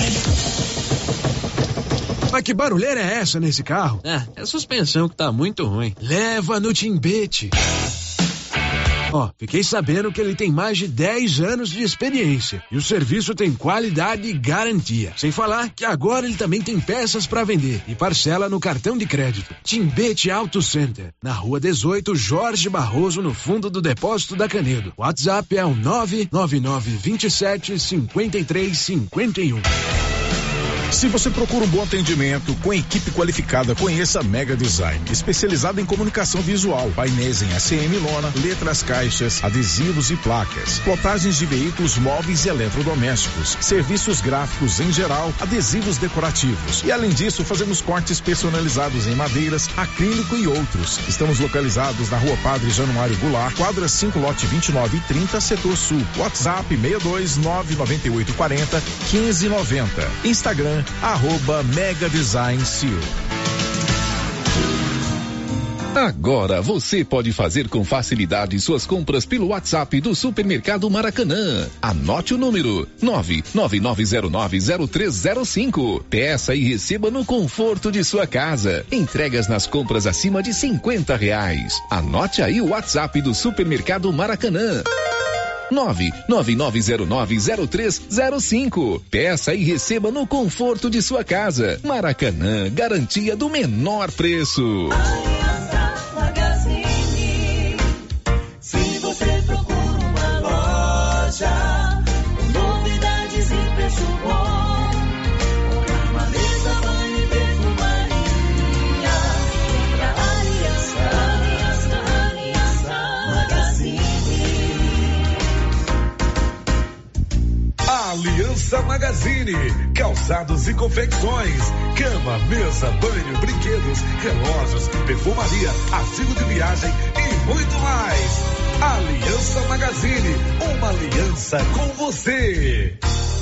Mas que barulheira é essa nesse carro? Ah, é a suspensão que tá muito ruim. Leva no Timbete. Ó, fiquei sabendo que ele tem mais de dez anos de experiência e o serviço tem qualidade e garantia. Sem falar que agora ele também tem peças para vender e parcela no cartão de crédito. Timbete Auto Center, na Rua dezoito, Jorge Barroso, no fundo do depósito da Canedo. O WhatsApp é o nove nove nove, dois sete, cinco três cinco um. Se você procura um bom atendimento com equipe qualificada, conheça a Mega Design, especializada em comunicação visual, painéis em A C M lona, letras caixas, adesivos e placas, plotagens de veículos móveis e eletrodomésticos, serviços gráficos em geral, adesivos decorativos. E além disso, fazemos cortes personalizados em madeiras, acrílico e outros. Estamos localizados na Rua Padre Januário Goulart, quadra cinco, lote vinte e nove e trinta, setor sul. WhatsApp seis dois nove nove oito quatro zero, um cinco nove zero. Instagram arroba Mega Design Sil. Agora você pode fazer com facilidade suas compras pelo WhatsApp do Supermercado Maracanã. Anote o número nove nove nove zero nove zero três zero cinco. Peça e receba no conforto de sua casa. Entregas nas compras acima de cinquenta reais. Anote aí o WhatsApp do Supermercado Maracanã. nove nove nove zero nove zero três zero cinco. Peça e receba no conforto de sua casa. Maracanã, garantia do menor preço. Aliança Magazine. Se você procura uma loja, novidades e preço bom, uma mesa, banho e perfumaria, pra Aliança, Aliança, Aliança Magazine. Aliança Magazine, calçados e confecções, cama, mesa, banho, brinquedos, relógios, perfumaria, artigo de viagem e muito mais. Aliança Magazine, uma aliança com você.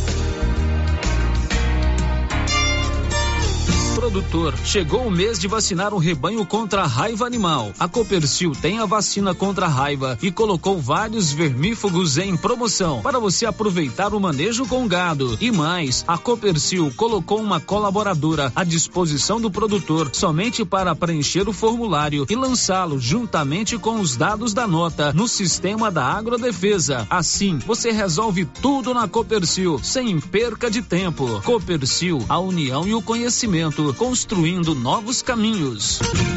Produtor, chegou o mês de vacinar o rebanho contra a raiva animal. A Copercil tem a vacina contra a raiva e colocou vários vermífugos em promoção para você aproveitar o manejo com gado. E mais, a Copercil colocou uma colaboradora à disposição do produtor somente para preencher o formulário e lançá-lo juntamente com os dados da nota no sistema da Agrodefesa. Assim, você resolve tudo na Copercil sem perca de tempo. Copercil, a união e o conhecimento, construindo novos caminhos.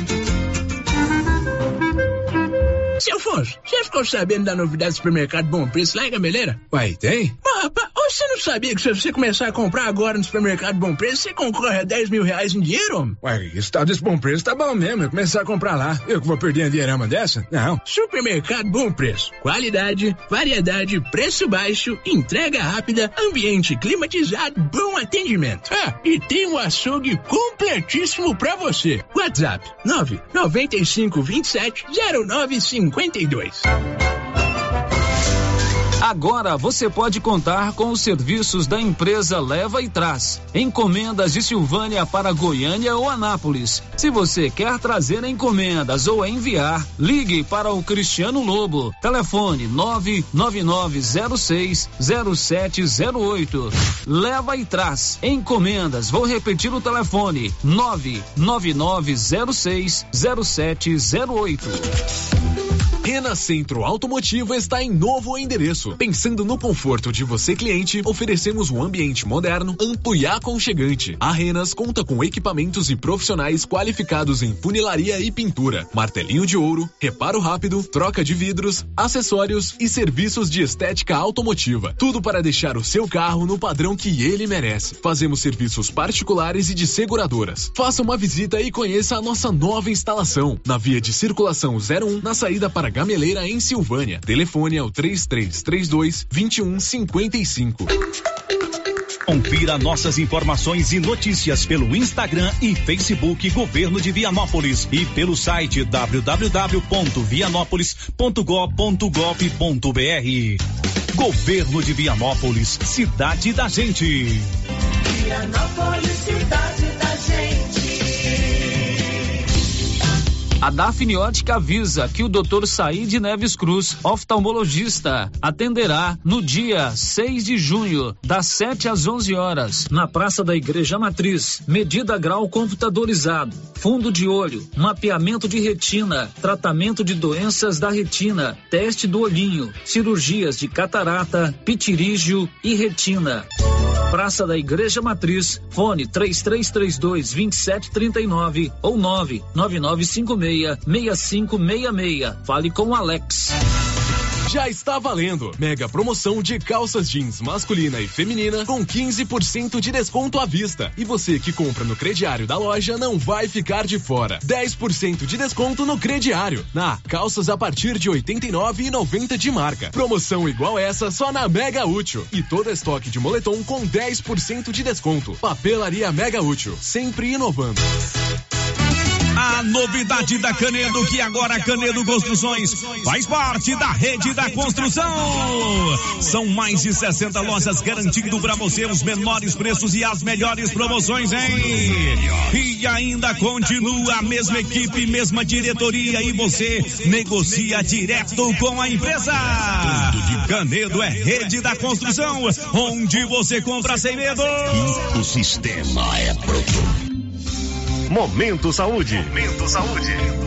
Seu Afonso, você ficou sabendo da novidade do supermercado Bom Preço lá em Gameleira? Uai, tem? Mas, rapaz, você não sabia que se você começar a comprar agora no supermercado Bom Preço, você concorre a dez mil reais em dinheiro? Uai, esse tal desse Bom Preço tá bom mesmo, eu começar a comprar lá. Eu que vou perder a dinheirama dessa? Não. Supermercado Bom Preço. Qualidade, variedade, preço baixo, entrega rápida, ambiente climatizado, bom atendimento. Ah, e tem um açougue completíssimo pra você. WhatsApp nove nove cinco dois sete zero nove cinco dois. Agora você pode contar com os serviços da empresa Leva e Traz. Encomendas de Silvânia para Goiânia ou Anápolis. Se você quer trazer encomendas ou enviar, ligue para o Cristiano Lobo. Telefone nove nove nove zero seis zero sete zero oito. Leva e Traz. Encomendas. Vou repetir o telefone: nove nove nove zero seis zero sete zero oito. Rena Centro Automotivo está em novo endereço. Pensando no conforto de você, cliente, oferecemos um ambiente moderno, amplo e aconchegante. A Renas conta com equipamentos e profissionais qualificados em funilaria e pintura, martelinho de ouro, reparo rápido, troca de vidros, acessórios e serviços de estética automotiva. Tudo para deixar o seu carro no padrão que ele merece. Fazemos serviços particulares e de seguradoras. Faça uma visita e conheça a nossa nova instalação na via de circulação zero um, na saída para Gameleira, em Silvânia. Telefone é o três três três dois, dois um cinco cinco. Confira nossas informações e notícias pelo Instagram e Facebook Governo de Vianópolis e pelo site w w w ponto vianópolis ponto gov ponto gov ponto b r. Governo de Vianópolis, cidade da gente. Vianópolis, cidade da gente. A Dafniótica avisa que o doutor Saíde Neves Cruz, oftalmologista, atenderá no dia seis de junho, das sete às onze horas, na Praça da Igreja Matriz. Medida grau computadorizado, fundo de olho, mapeamento de retina, tratamento de doenças da retina, teste do olhinho, cirurgias de catarata, pitirígio e retina. Praça da Igreja Matriz, fone três três três dois, dois sete três nove ou nove nove nove cinco seis, seis cinco seis seis. Fale com o Alex. Já está valendo mega promoção de calças jeans masculina e feminina com quinze por cento de desconto à vista. E você que compra no crediário da loja não vai ficar de fora. dez por cento de desconto no crediário. Na calças a partir de oitenta e nove reais e noventa centavos de marca. Promoção igual essa só na Mega Útil. E todo estoque de moletom com dez por cento de desconto. Papelaria Mega Útil, sempre inovando. A novidade da Canedo, que agora Canedo Construções faz parte da rede da construção. São mais de sessenta lojas garantindo para você os menores preços e as melhores promoções, hein? E ainda continua a mesma equipe, mesma diretoria e você negocia direto com a empresa. Canedo é rede da construção, onde você compra sem medo. O sistema é pronto. Momento Saúde. Momento Saúde.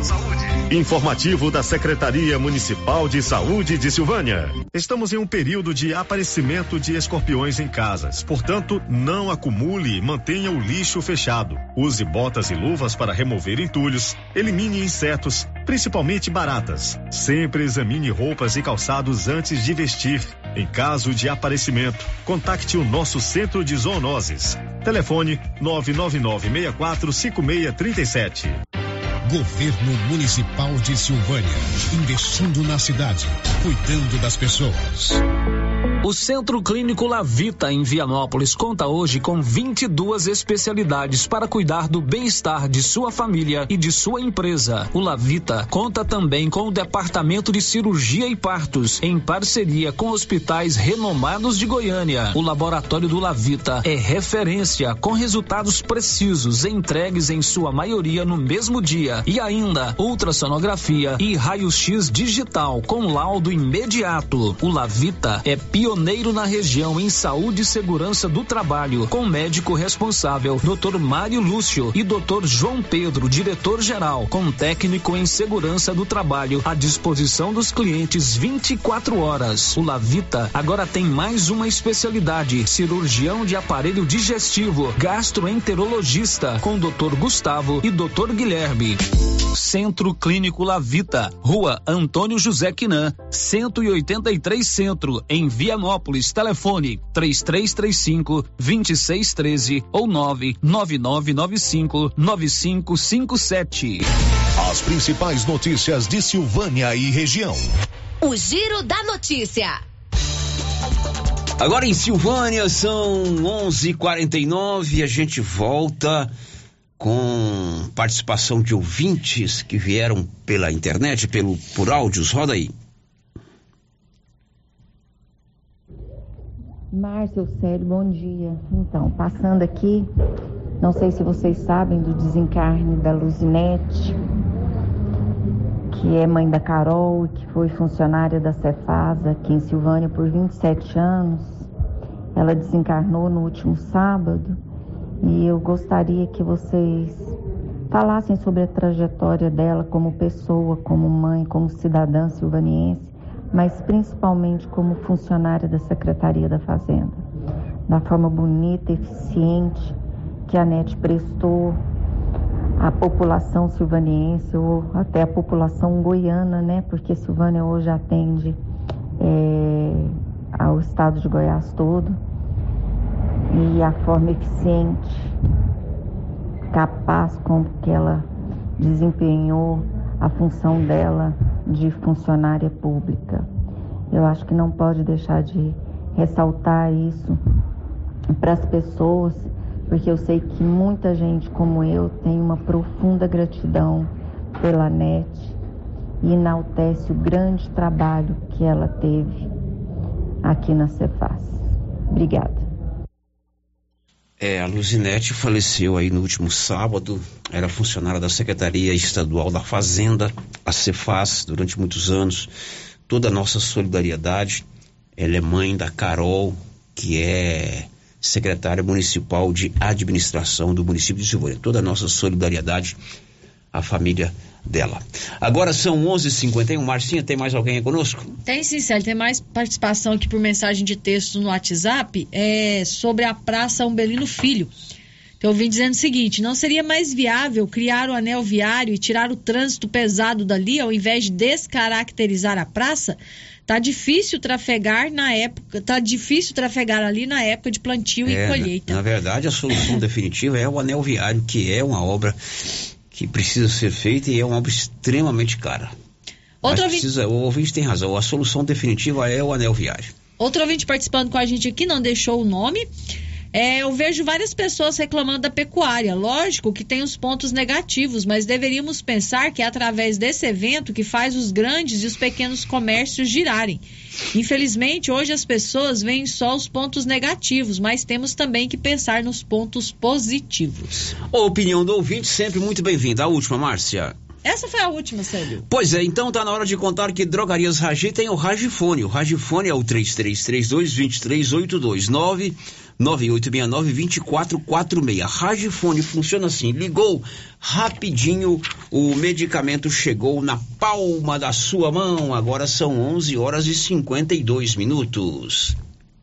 Informativo da Secretaria Municipal de Saúde de Silvânia. Estamos em um período de aparecimento de escorpiões em casas. Portanto, não acumule e mantenha o lixo fechado. Use botas e luvas para remover entulhos. Elimine insetos, principalmente baratas. Sempre examine roupas e calçados antes de vestir. Em caso de aparecimento, contacte o nosso centro de zoonoses. Telefone nove nove nove, seis quatro cinco seis três sete. Governo Municipal de Silvânia, investindo na cidade, cuidando das pessoas. O Centro Clínico Lavita, em Vianópolis, conta hoje com vinte e duas especialidades para cuidar do bem-estar de sua família e de sua empresa. O Lavita conta também com o Departamento de Cirurgia e Partos, em parceria com hospitais renomados de Goiânia. O Laboratório do Lavita é referência, com resultados precisos, entregues em sua maioria no mesmo dia. E ainda, ultrassonografia e raio-x digital, com laudo imediato. O Lavita é pioneiro na região em saúde e segurança do trabalho, com médico responsável doutor Mário Lúcio e doutor João Pedro, diretor-geral, com técnico em segurança do trabalho à disposição dos clientes vinte e quatro horas. O Lavita agora tem mais uma especialidade: cirurgião de aparelho digestivo, gastroenterologista, com doutor Gustavo e doutor Guilherme. Centro Clínico Lavita, Rua Antônio José Quinan, cento e oitenta e três Centro, em Vianópolis. Telefone três três três cinco, dois seis um três ou nove nove nove nove cinco nove cinco cinco sete. As principais notícias de Silvânia e região. O Giro da Notícia. Agora em Silvânia são onze e quarenta e nove, a gente volta com participação de ouvintes que vieram pela internet, pelo, por áudios. Roda aí. Márcio, Célio, bom dia. Então, passando aqui, não sei se vocês sabem do desencarne da Luzinete, que é mãe da Carol, que foi funcionária da Cefasa aqui em Silvânia por vinte e sete anos. Ela desencarnou no último sábado e eu gostaria que vocês falassem sobre a trajetória dela como pessoa, como mãe, como cidadã silvaniense, mas principalmente como funcionária da Secretaria da Fazenda. Da forma bonita, eficiente que a NET prestou à população silvaniense ou até a população goiana, né? Porque Silvânia hoje atende é, ao estado de Goiás todo. E a forma eficiente, capaz com que ela desempenhou a função dela de funcionária pública. Eu acho que não pode deixar de ressaltar isso para as pessoas, porque eu sei que muita gente como eu tem uma profunda gratidão pela NET e enaltece o grande trabalho que ela teve aqui na Cefaz. Obrigada. É, a Luzinete faleceu aí no último sábado, era funcionária da Secretaria Estadual da Fazenda, a Cefaz, durante muitos anos. Toda a nossa solidariedade. Ela é mãe da Carol, que é secretária municipal de administração do município de Silvânia. Toda a nossa solidariedade à família dela. Agora são onze e cinquenta e um. Marcinha, tem mais alguém aí conosco? Tem sim, Célio. Tem mais participação aqui por mensagem de texto no WhatsApp, é, sobre a Praça Umbelino Filho. Então, eu vim dizendo o seguinte: não seria mais viável criar o anel viário e tirar o trânsito pesado dali, ao invés de descaracterizar a praça? Tá difícil trafegar na época, tá difícil trafegar ali na época de plantio é, e colheita. Na, na verdade, a solução definitiva é o anel viário, que é uma obra que precisa ser feita e é uma obra extremamente cara. Outro Mas precisa, ouvinte... o ouvinte tem razão, a solução definitiva é o anel viário. Outro ouvinte participando com a gente aqui, não deixou o nome. É, eu vejo várias pessoas reclamando da pecuária. Lógico que tem os pontos negativos, mas deveríamos pensar que é através desse evento que faz os grandes e os pequenos comércios girarem. Infelizmente, hoje as pessoas veem só os pontos negativos, mas temos também que pensar nos pontos positivos. A opinião do ouvinte sempre muito bem-vinda. A última, Márcia. Essa foi a última, Célio. Pois é, então tá na hora de contar que Drogarias Ragi tem o Ragifone. O Ragifone é o três três três dois, dois três oito dois, nove nove oito seis nove, dois quatro quatro seis. Ragifone funciona assim, ligou rapidinho, o medicamento chegou na palma da sua mão. Agora são onze horas e cinquenta e dois minutos.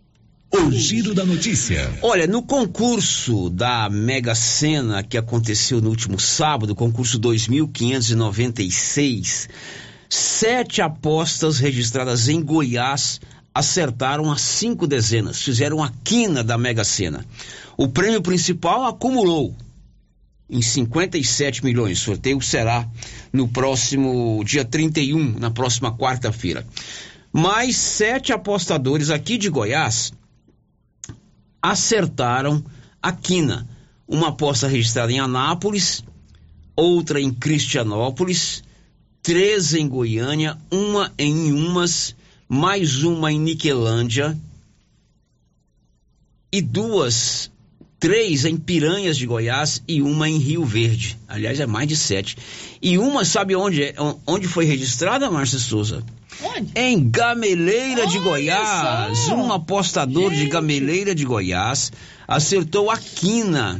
O giro da notícia. Olha, no concurso da Mega Sena que aconteceu no último sábado, concurso dois mil quinhentos e noventa e seis, sete apostas registradas em Goiás acertaram as cinco dezenas, fizeram a quina da Mega Sena. O prêmio principal acumulou em cinquenta e sete milhões. O sorteio será no próximo dia trinta e um, na próxima quarta-feira. Mais sete apostadores aqui de Goiás acertaram a quina. Uma aposta registrada em Anápolis, outra em Cristianópolis, três em Goiânia, uma em Inhumas, mais uma em Niquelândia e duas, três em Piranhas de Goiás e uma em Rio Verde. Aliás, é mais de sete. E uma, sabe onde, é, onde foi registrada, Márcia Souza? Onde? Em Gameleira Olha de Goiás. só. Um apostador Gente. de Gameleira de Goiás acertou a quina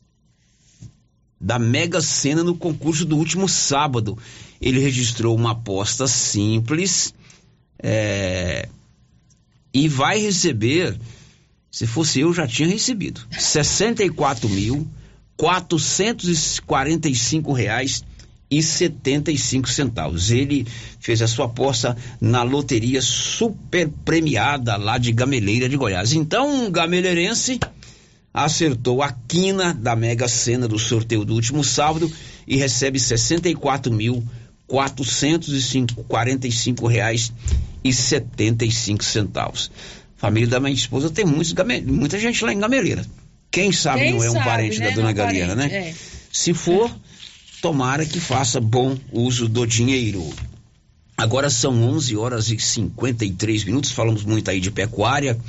da Mega Sena no concurso do último sábado. Ele registrou uma aposta simples é, e vai receber, se fosse eu já tinha recebido, sessenta e quatro mil, quatrocentos e quarenta e cinco reais e setenta e cinco centavos. Ele fez a sua aposta na loteria super premiada lá de Gameleira de Goiás. Então, um gameleirense acertou a quina da Mega Sena do sorteio do último sábado e recebe sessenta e quatro mil, quatrocentos e quarenta e cinco reais e setenta e cinco centavos. Família da minha esposa tem muitos game... muita gente lá em Gameleira. Quem sabe Quem não é um sabe, parente né? da dona Galeira, né? É. Se for, tomara que faça bom uso do dinheiro. Agora são onze horas e cinquenta e três minutos, falamos muito aí de pecuária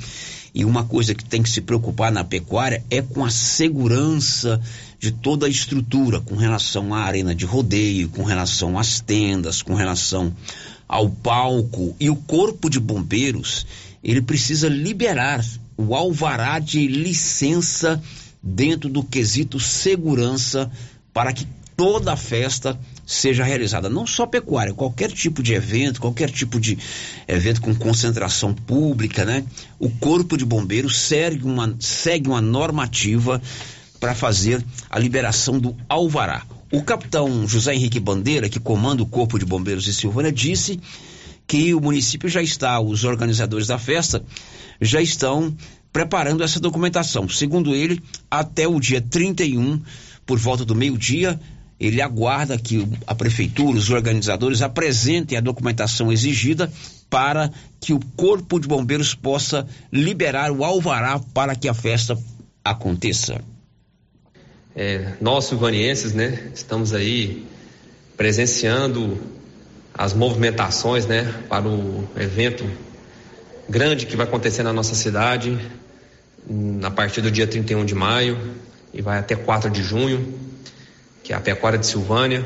E uma coisa que tem que se preocupar na pecuária é com a segurança de toda a estrutura, com relação à arena de rodeio, com relação às tendas, com relação ao palco. E o Corpo de Bombeiros, ele precisa liberar o alvará de licença dentro do quesito segurança para que toda a festa seja realizada, não só pecuária, qualquer tipo de evento, qualquer tipo de evento com concentração pública, né? O Corpo de Bombeiros segue uma, segue uma normativa para fazer a liberação do alvará. O capitão José Henrique Bandeira, que comanda o Corpo de Bombeiros de Silvânia, disse que o município já está, os organizadores da festa já estão preparando essa documentação. Segundo ele, até o dia trinta e um, por volta do meio-dia, ele aguarda que a prefeitura, os organizadores apresentem a documentação exigida para que o Corpo de Bombeiros possa liberar o alvará para que a festa aconteça. É, nós, silvanienses, né, estamos aí presenciando as movimentações, né, para o evento grande que vai acontecer na nossa cidade a partir do dia trinta e um de maio e vai até quatro de junho, que é a Pecuária de Silvânia.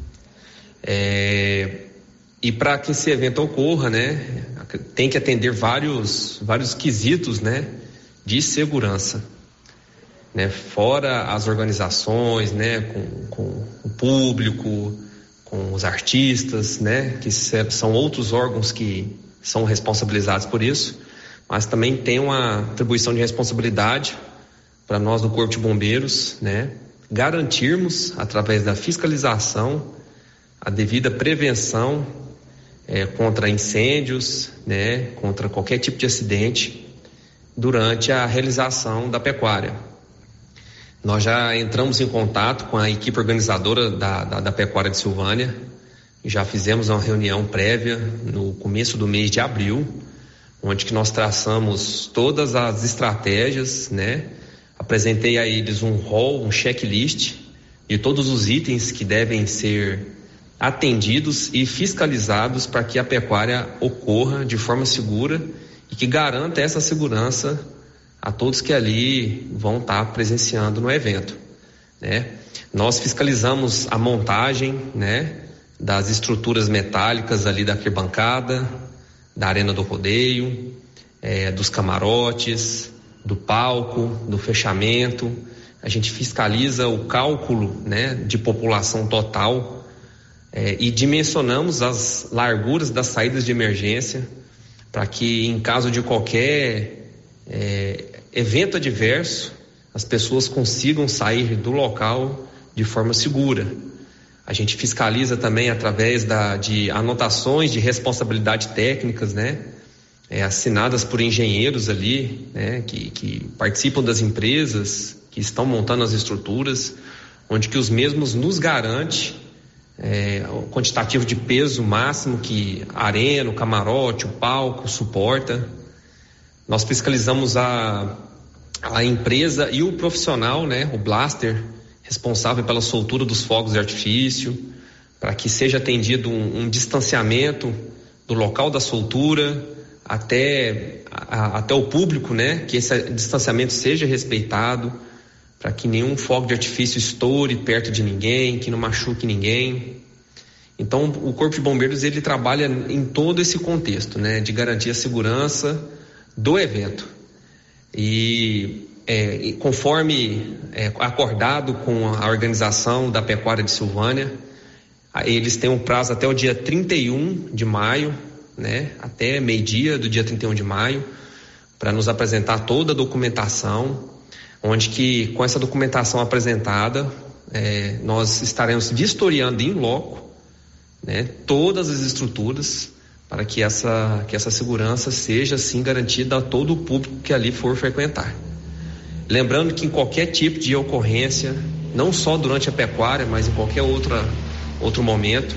É, e para que esse evento ocorra, né, tem que atender vários, vários quesitos, né, de segurança, né, fora as organizações, né, com, com o público, com os artistas, né, que são outros órgãos que são responsabilizados por isso, mas também tem uma atribuição de responsabilidade para nós do Corpo de Bombeiros, né, garantirmos, através da fiscalização, a devida prevenção é, contra incêndios, né, contra qualquer tipo de acidente durante a realização da pecuária. Nós já entramos em contato com a equipe organizadora da, da, da Pecuária de Silvânia, já fizemos uma reunião prévia no começo do mês de abril, onde que nós traçamos todas as estratégias, né? Apresentei a eles um rol, um checklist de todos os itens que devem ser atendidos e fiscalizados para que a pecuária ocorra de forma segura e que garanta essa segurança a todos que ali vão estar presenciando no evento, né? Nós fiscalizamos a montagem, né, das estruturas metálicas ali da arquibancada, da arena do rodeio, é, dos camarotes, do palco, do fechamento. A gente fiscaliza o cálculo, né, de população total é, e dimensionamos as larguras das saídas de emergência para que, em caso de qualquer é, evento adverso, as pessoas consigam sair do local de forma segura. A gente fiscaliza também através da, de anotações de responsabilidade técnicas, né? É, assinadas por engenheiros ali, né? Que, que participam das empresas, que estão montando as estruturas, onde que os mesmos nos garante é, o quantitativo de peso máximo que a arena, o camarote, o palco suporta. Nós fiscalizamos a, a empresa e o profissional, né? O blaster, responsável pela soltura dos fogos de artifício, para que seja atendido um, um distanciamento do local da soltura até, a, até o público, né? Que esse distanciamento seja respeitado, para que nenhum fogo de artifício estoure perto de ninguém, que não machuque ninguém. Então, o Corpo de Bombeiros, ele trabalha em todo esse contexto, né? De garantir a segurança do evento. E É, conforme é, acordado com a organização da Pecuária de Silvânia, eles têm um prazo até o dia trinta e um de maio, né, até meio-dia do dia trinta e um de maio, para nos apresentar toda a documentação, onde que com essa documentação apresentada, é, nós estaremos vistoriando em loco, né, todas as estruturas, para que essa, que essa segurança seja assim garantida a todo o público que ali for frequentar. Lembrando que em qualquer tipo de ocorrência, não só durante a pecuária, mas em qualquer outra, outro momento,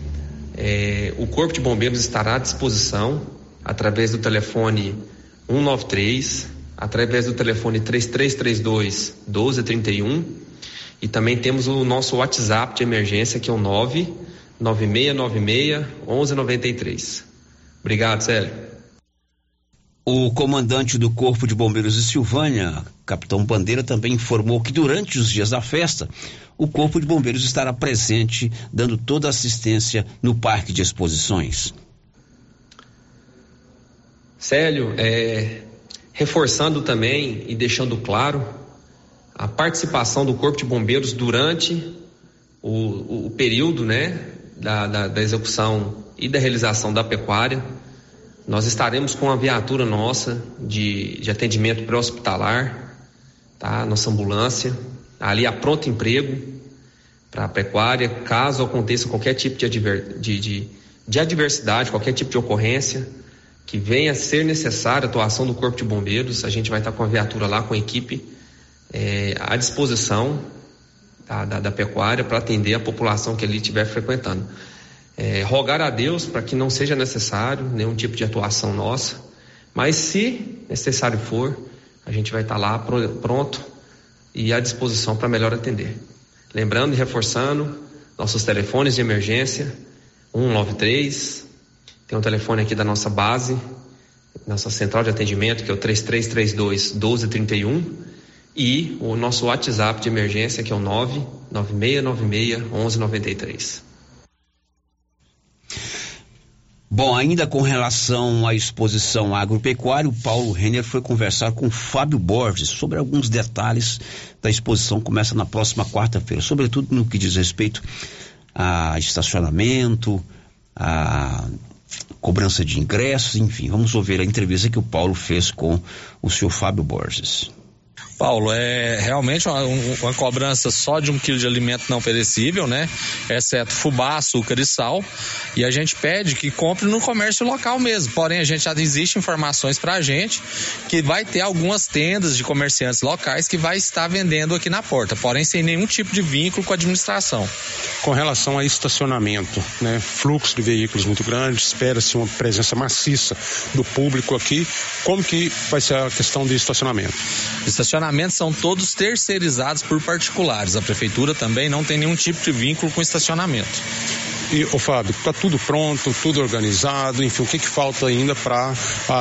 é, o Corpo de Bombeiros estará à disposição através do telefone um nove três, através do telefone três três três dois, um dois três um, e também temos o nosso WhatsApp de emergência, que é o nove nove seis nove seis, um um nove três. Obrigado, Célio. O comandante do Corpo de Bombeiros de Silvânia, Capitão Bandeira, também informou que durante os dias da festa, o Corpo de Bombeiros estará presente, dando toda a assistência no Parque de Exposições. Célio, é, reforçando também e deixando claro a participação do Corpo de Bombeiros durante o, o, o período, né, da, da, da execução e da realização da pecuária. Nós estaremos com a viatura nossa de, de atendimento pré-hospitalar, tá? Nossa ambulância, ali a pronto emprego para a pecuária, caso aconteça qualquer tipo de, adver, de, de, de adversidade, qualquer tipo de ocorrência que venha a ser necessária a atuação do Corpo de Bombeiros, a gente vai estar com a viatura lá, com a equipe é, à disposição tá? da, da pecuária para atender a população que ali estiver frequentando. É, rogar a Deus para que não seja necessário nenhum tipo de atuação nossa, mas se necessário for, a gente vai estar lá pronto e à disposição para melhor atender. Lembrando e reforçando nossos telefones de emergência, um nove três, tem um telefone aqui da nossa base, nossa central de atendimento, que é o três três três dois, um dois três um, e o nosso WhatsApp de emergência, que é o nove nove seis nove seis, um um nove três. Bom, ainda com relação à exposição agropecuária, o Paulo Renner foi conversar com o Fábio Borges sobre alguns detalhes da exposição que começa na próxima quarta-feira, sobretudo no que diz respeito a estacionamento, a cobrança de ingressos, enfim. Vamos ouvir a entrevista que o Paulo fez com o senhor Fábio Borges. Paulo, é realmente uma, uma cobrança só de um quilo de alimento não perecível, né? Exceto fubá, açúcar e sal. E a gente pede que compre no comércio local mesmo. Porém, a gente já existe informações pra gente que vai ter algumas tendas de comerciantes locais que vai estar vendendo aqui na porta, porém sem nenhum tipo de vínculo com a administração. Com relação a estacionamento, né? Fluxo de veículos muito grande, espera-se uma presença maciça do público aqui. Como que vai ser a questão de estacionamento? Estacionamentos são todos terceirizados por particulares. A prefeitura também não tem nenhum tipo de vínculo com estacionamento. E, ô Fábio, está tudo pronto, tudo organizado, enfim, o que, que falta ainda para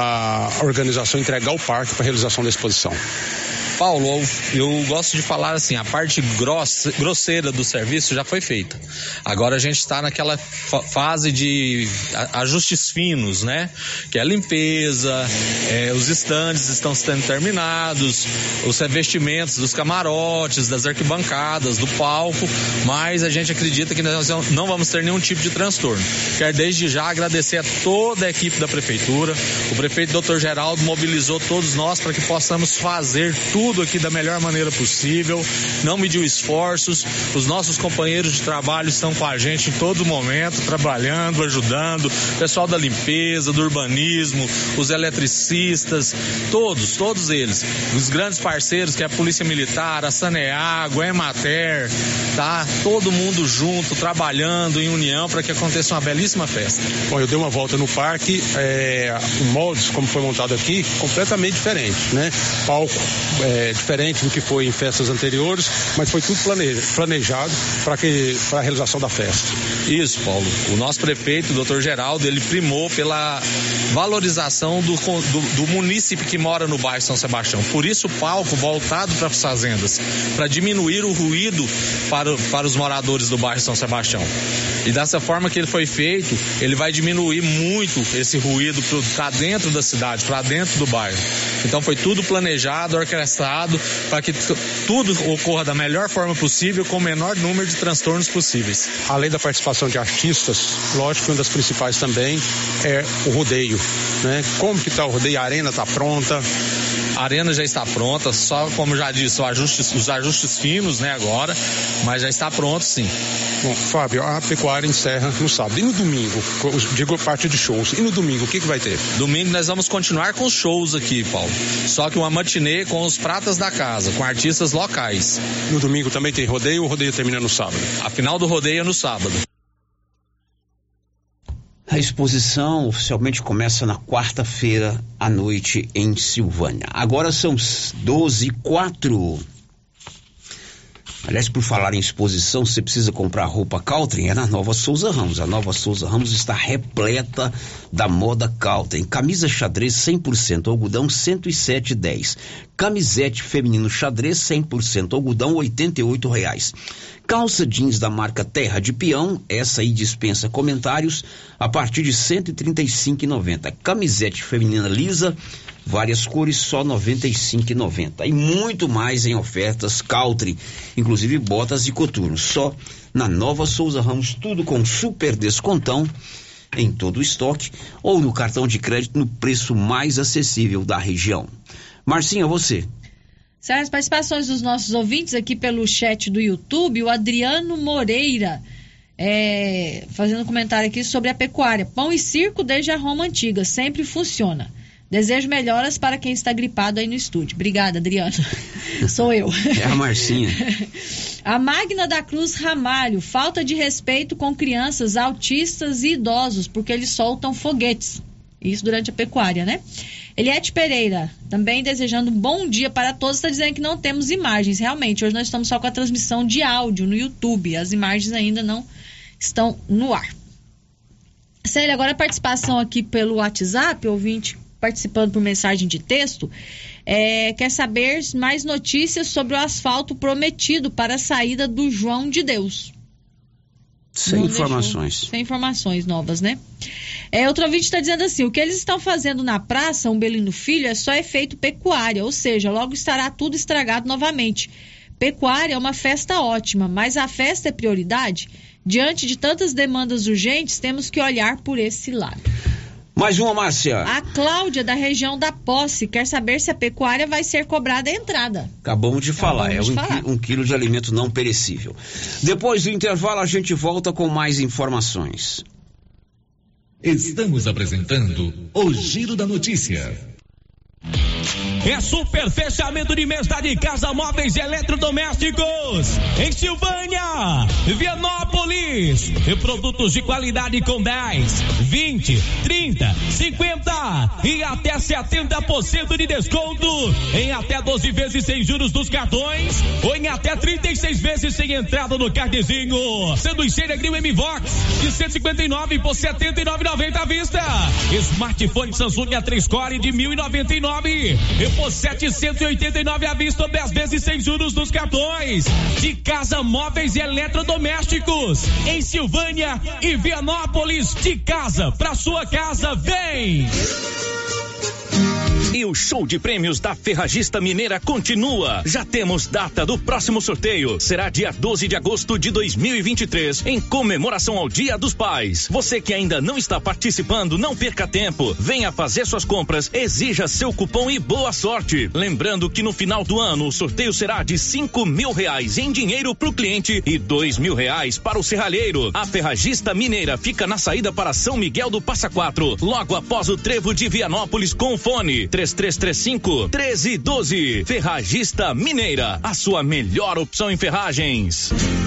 a organização entregar o parque para a realização da exposição? Paulo, eu gosto de falar assim, a parte grossa, grosseira do serviço já foi feita. Agora a gente está naquela fa- fase de ajustes finos, né? Que é a limpeza, é, os estandes estão sendo terminados, os revestimentos dos camarotes, das arquibancadas, do palco, mas a gente acredita que nós não vamos ter nenhum tipo de transtorno. Quero desde já agradecer a toda a equipe da prefeitura. O prefeito doutor Geraldo mobilizou todos nós para que possamos fazer tudo aqui da melhor maneira possível, não mediu esforços, os nossos companheiros de trabalho estão com a gente em todo momento, trabalhando, ajudando, o pessoal da limpeza, do urbanismo, os eletricistas, todos, todos eles, os grandes parceiros que é a Polícia Militar, a Saneago, a Emater, tá? Todo mundo junto, trabalhando em união para que aconteça uma belíssima festa. Bom, eu dei uma volta no parque, é, o molde, como foi montado aqui, completamente diferente, né? Palco é, diferente do que foi em festas anteriores, mas foi tudo planejado para que para a realização da festa. Isso, Paulo. O nosso prefeito, o doutor Geraldo, ele primou pela valorização do, do, do munícipe que mora no bairro São Sebastião. Por isso o palco voltado para as fazendas, para diminuir o ruído para, para os moradores do bairro São Sebastião. E dessa forma que ele foi feito, ele vai diminuir muito esse ruído para dentro da cidade, para dentro do bairro. Então foi tudo planejado, orquestrado, para que t- tudo ocorra da melhor forma possível, com o menor número de transtornos possíveis. Além da participação de artistas, lógico que uma das principais também é o rodeio, né? Como que está o rodeio? A arena está pronta? A arena já está pronta, só como já disse, os ajustes, os ajustes finos, né, agora, mas já está pronto, sim. Bom, Fábio, a pecuária encerra no sábado. E no domingo? Digo parte de shows. E no domingo, o que que vai ter? Domingo nós vamos continuar com os shows aqui, Paulo. Só que uma matinê com os pratas da casa, com artistas locais. No domingo também tem rodeio ou o rodeio termina no sábado? A final do rodeio é no sábado. A exposição oficialmente começa na quarta-feira à noite em Silvânia. Agora são doze e quatro. Aliás, por falar em exposição, você precisa comprar roupa Caltrim, é na Nova Souza Ramos. A Nova Souza Ramos está repleta da moda Caltrim. Camisa xadrez cem por cento algodão, cento e sete reais e dez centavos. Camisete feminino xadrez cem por cento algodão, oitenta e oito reais. Calça jeans da marca Terra de Peão, essa aí dispensa comentários, a partir de cento e trinta e cinco reais e noventa centavos. Camisete feminina lisa, várias cores, só noventa e cinco reais e noventa centavos. E muito mais em ofertas Caltrim, inclusive botas e coturnos. Só na Nova Souza Ramos, tudo com super descontão em todo o estoque ou no cartão de crédito no preço mais acessível da região. Marcinha, você. São as participações dos nossos ouvintes aqui pelo chat do YouTube. O Adriano Moreira é, fazendo um comentário aqui sobre a pecuária. Pão e circo desde a Roma Antiga, sempre funciona. Desejo melhoras para quem está gripado aí no estúdio. Obrigada, Adriano. Sou eu. É a Marcinha. A Magna da Cruz Ramalho. Falta de respeito com crianças, autistas e idosos, porque eles soltam foguetes. Isso durante a pecuária, né? Eliette Pereira, também desejando um bom dia para todos, está dizendo que não temos imagens. Realmente, hoje nós estamos só com a transmissão de áudio no YouTube. As imagens ainda não estão no ar. Célia, agora a participação aqui pelo WhatsApp, ouvinte participando por mensagem de texto, é, quer saber mais notícias sobre o asfalto prometido para a saída do João de Deus. Sem Não informações. Deixou, sem informações novas, né? É, outro ouvinte está dizendo assim, o que eles estão fazendo na praça, Umbelino Filho, é só efeito pecuária, ou seja, logo estará tudo estragado novamente. Pecuária é uma festa ótima, mas a festa é prioridade? Diante de tantas demandas urgentes, temos que olhar por esse lado. Mais uma, Márcia. A Cláudia, da região da Posse, quer saber se a pecuária vai ser cobrada a entrada. Acabamos de falar, Acabamos de é um, falar. Qui, um quilo de alimento não perecível. Depois do intervalo, a gente volta com mais informações. Estamos apresentando o Giro da Notícia. É super fechamento de mês da de Casa Móveis e Eletrodomésticos em Silvânia, Vianópolis. E produtos de qualidade com dez, vinte, trinta, cinquenta e até setenta por cento de desconto em até doze vezes sem juros dos cartões ou em até trinta e seis vezes sem entrada no carnezinho. Sanduicheira Grill M-Vox de cento e cinquenta e nove por setenta e nove reais e noventa centavos à vista. Smartphone Samsung A três Core de mil e noventa e nove e por setecentos e oitenta e nove à vista, dez vezes sem juros dos cartões. De Casa Móveis e Eletrodomésticos em Silvânia e Vianópolis. De casa pra sua casa, vem! E o show de prêmios da Ferragista Mineira continua. Já temos data do próximo sorteio. Será dia doze de agosto de dois mil e vinte e três, em comemoração ao Dia dos Pais. Você que ainda não está participando, não perca tempo. Venha fazer suas compras, exija seu cupom e boa sorte. Lembrando que no final do ano o sorteio será de cinco mil reais em dinheiro para o cliente e dois mil reais para o serralheiro. A Ferragista Mineira fica na saída para São Miguel do Passa Quatro, logo após o trevo de Vianópolis, com fone três três três cinco, um três um dois. Ferragista Mineira, a sua melhor opção em ferragens.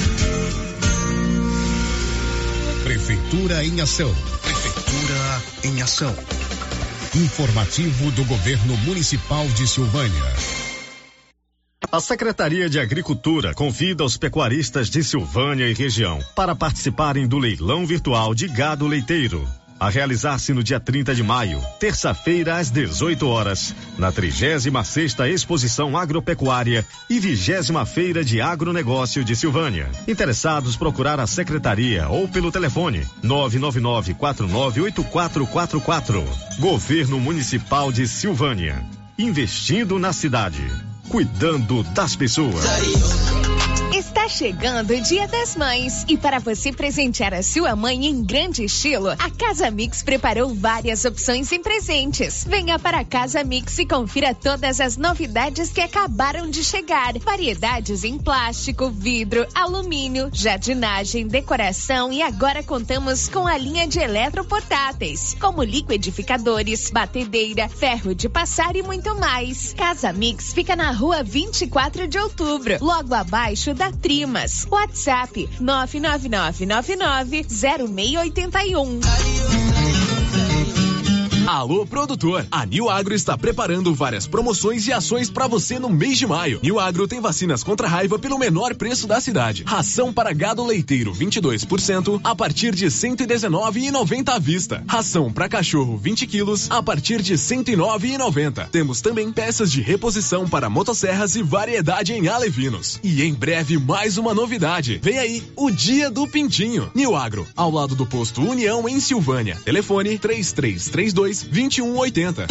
Prefeitura em ação. Prefeitura em ação. Informativo do Governo Municipal de Silvânia. A Secretaria de Agricultura convida os pecuaristas de Silvânia e região para participarem do leilão virtual de gado leiteiro, a realizar-se no dia trinta de maio, terça-feira, às dezoito horas, na trigésima sexta Exposição Agropecuária e vigésima Feira de Agronegócio de Silvânia. Interessados, procurar a Secretaria ou pelo telefone nove nove nove quatro nove oito quatro quatro quatro. Governo Municipal de Silvânia. Investindo na cidade. Cuidando das pessoas. Está chegando o Dia das Mães e para você presentear a sua mãe em grande estilo, a Casa Mix preparou várias opções em presentes. Venha para a Casa Mix e confira todas as novidades que acabaram de chegar. Variedades em plástico, vidro, alumínio, jardinagem, decoração e agora contamos com a linha de eletroportáteis, como liquidificadores, batedeira, ferro de passar e muito mais. Casa Mix fica na rua vinte e quatro de outubro, logo abaixo da Trimas. WhatsApp nove nove nove nove nove zero seis oito um. Alô, produtor! A New Agro está preparando várias promoções e ações para você no mês de maio. New Agro tem vacinas contra a raiva pelo menor preço da cidade. Ração para gado leiteiro vinte e dois por cento a partir de cento e dezenove reais e noventa centavos à vista. Ração para cachorro vinte quilos a partir de cento e nove reais e noventa centavos. Temos também peças de reposição para motosserras e variedade em alevinos. E em breve mais uma novidade. Vem aí o Dia do Pintinho. New Agro, ao lado do posto União em Silvânia. Telefone três três três dois, dois um oito zero.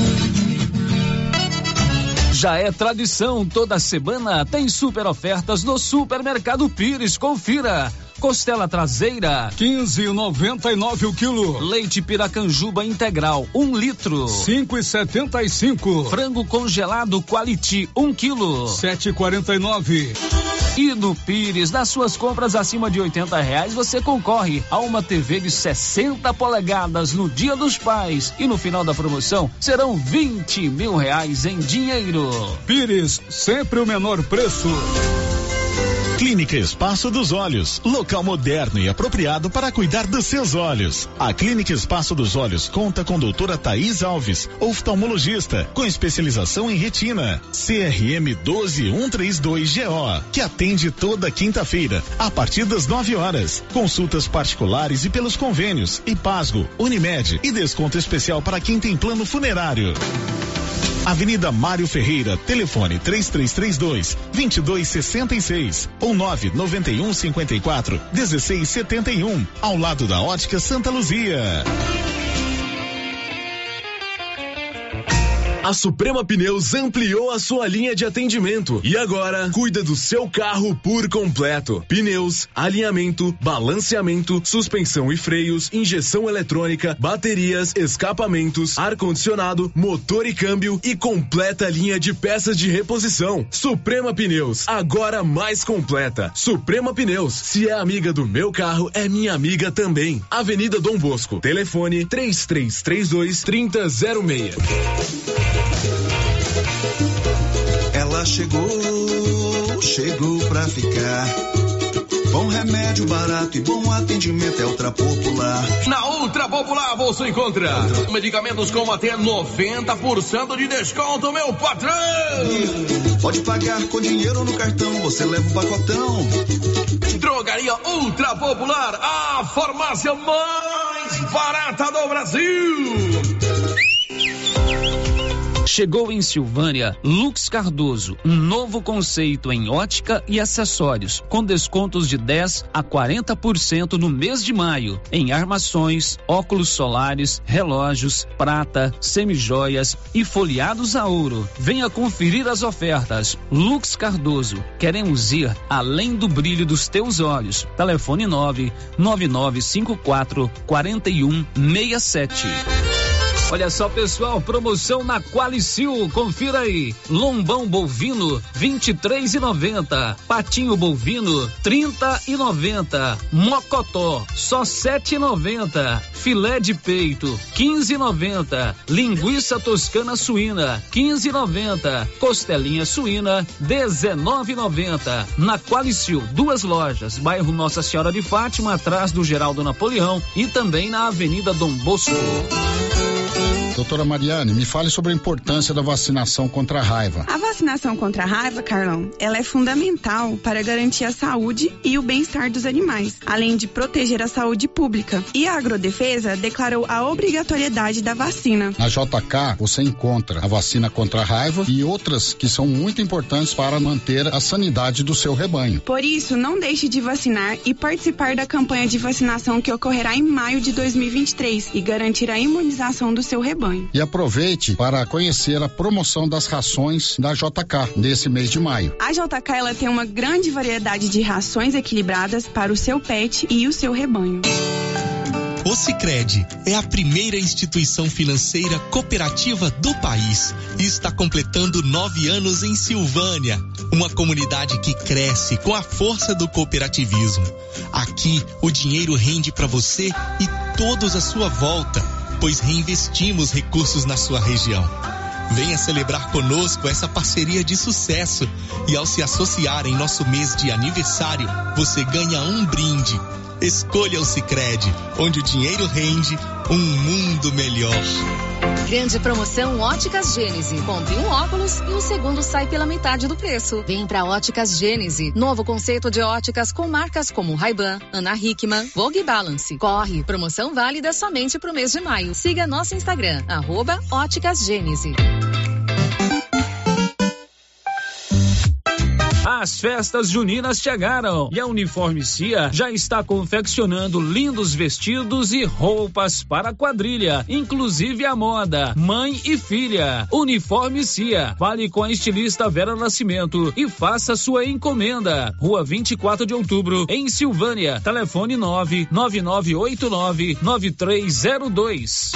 Já é tradição, toda semana tem super ofertas no Supermercado Pires. Confira. Costela traseira, quinze e noventa e nove o quilo. Leite Piracanjuba integral, um litro, cinco e setenta e cinco. Frango congelado Quality, um quilo, sete e quarenta e nove. E no Pires, nas suas compras acima de oitenta reais, você concorre a uma T V de sessenta polegadas no Dia dos Pais. E no final da promoção, serão vinte mil reais em dinheiro. Pires, sempre o menor preço. Clínica Espaço dos Olhos, local moderno e apropriado para cuidar dos seus olhos. A Clínica Espaço dos Olhos conta com doutora Thaís Alves, oftalmologista, com especialização em retina, C R M um dois um três dois G O, que atende toda quinta-feira, a partir das nove horas. Consultas particulares e pelos convênios, Ipasgo, Unimed e desconto especial para quem tem plano funerário. Avenida Mário Ferreira, telefone três três três dois, dois dois seis seis ou nove nove um cinco quatro, um seis sete um, ao lado da Ótica Santa Luzia. A Suprema Pneus ampliou a sua linha de atendimento e agora cuida do seu carro por completo. Pneus, alinhamento, balanceamento, suspensão e freios, injeção eletrônica, baterias, escapamentos, ar-condicionado, motor e câmbio e completa linha de peças de reposição. Suprema Pneus, agora mais completa. Suprema Pneus, se é amiga do meu carro, é minha amiga também. Avenida Dom Bosco, telefone três três três dois, três zero zero seis. Ela chegou, chegou pra ficar. Bom remédio, barato e bom atendimento é Ultra Popular. Na Ultra Popular você encontra Ultra. medicamentos com até noventa por cento de desconto, meu patrão. Pode pagar com dinheiro ou no cartão, você leva o pacotão. Drogaria Ultra Popular, a farmácia mais barata do Brasil. Chegou em Silvânia Lux Cardoso, um novo conceito em ótica e acessórios, com descontos de dez a quarenta por cento no mês de maio, em armações, óculos solares, relógios, prata, semijoias e folheados a ouro. Venha conferir as ofertas. Lux Cardoso, queremos ir além do brilho dos teus olhos. Telefone nove nove nove cinco quatro quatro um seis sete. Olha só, pessoal, promoção na Qualicil, confira aí. Lombão bovino vinte e três e noventa, patinho bovino trinta e noventa, mocotó só sete e noventa, filé de peito quinze e noventa, linguiça toscana suína quinze e noventa, costelinha suína dezenove e noventa. Na Qualicil, duas lojas, bairro Nossa Senhora de Fátima, atrás do Geraldo Napoleão, e também na Avenida Dom Bosco. Doutora Mariane, me fale sobre a importância da vacinação contra a raiva. A vacinação contra a raiva, Carlão, ela é fundamental para garantir a saúde e o bem-estar dos animais, além de proteger a saúde pública. E a Agrodefesa declarou a obrigatoriedade da vacina. Na J K, você encontra a vacina contra a raiva e outras que são muito importantes para manter a sanidade do seu rebanho. Por isso, não deixe de vacinar e participar da campanha de vacinação que ocorrerá em maio de dois mil e vinte e três e garantir a imunização do seu rebanho. E aproveite para conhecer a promoção das rações da J K nesse mês de maio. A J K ela tem uma grande variedade de rações equilibradas para o seu pet e o seu rebanho. O Sicredi é a primeira instituição financeira cooperativa do país e está completando nove anos em Silvânia, uma comunidade que cresce com a força do cooperativismo. Aqui, o dinheiro rende para você e todos à sua volta, pois reinvestimos recursos na sua região. Venha celebrar conosco essa parceria de sucesso e ao se associar em nosso mês de aniversário, você ganha um brinde. Escolha o Sicredi, onde o dinheiro rende um mundo melhor. Grande promoção Óticas Gênese. Compre um óculos e o segundo sai pela metade do preço. Vem pra Óticas Gênese. Novo conceito de óticas com marcas como Ray-Ban, Ana Hickman, Vogue Balance. Corre, promoção válida somente pro mês de maio. Siga nosso Instagram, arroba Óticas Gênese. As festas juninas chegaram e a Uniforme Cia já está confeccionando lindos vestidos e roupas para a quadrilha, inclusive a moda, mãe e filha. Uniforme Cia, fale com a estilista Vera Nascimento e faça sua encomenda. Rua vinte e quatro de outubro, em Silvânia. Telefone nove nove nove oito nove nove três zero dois.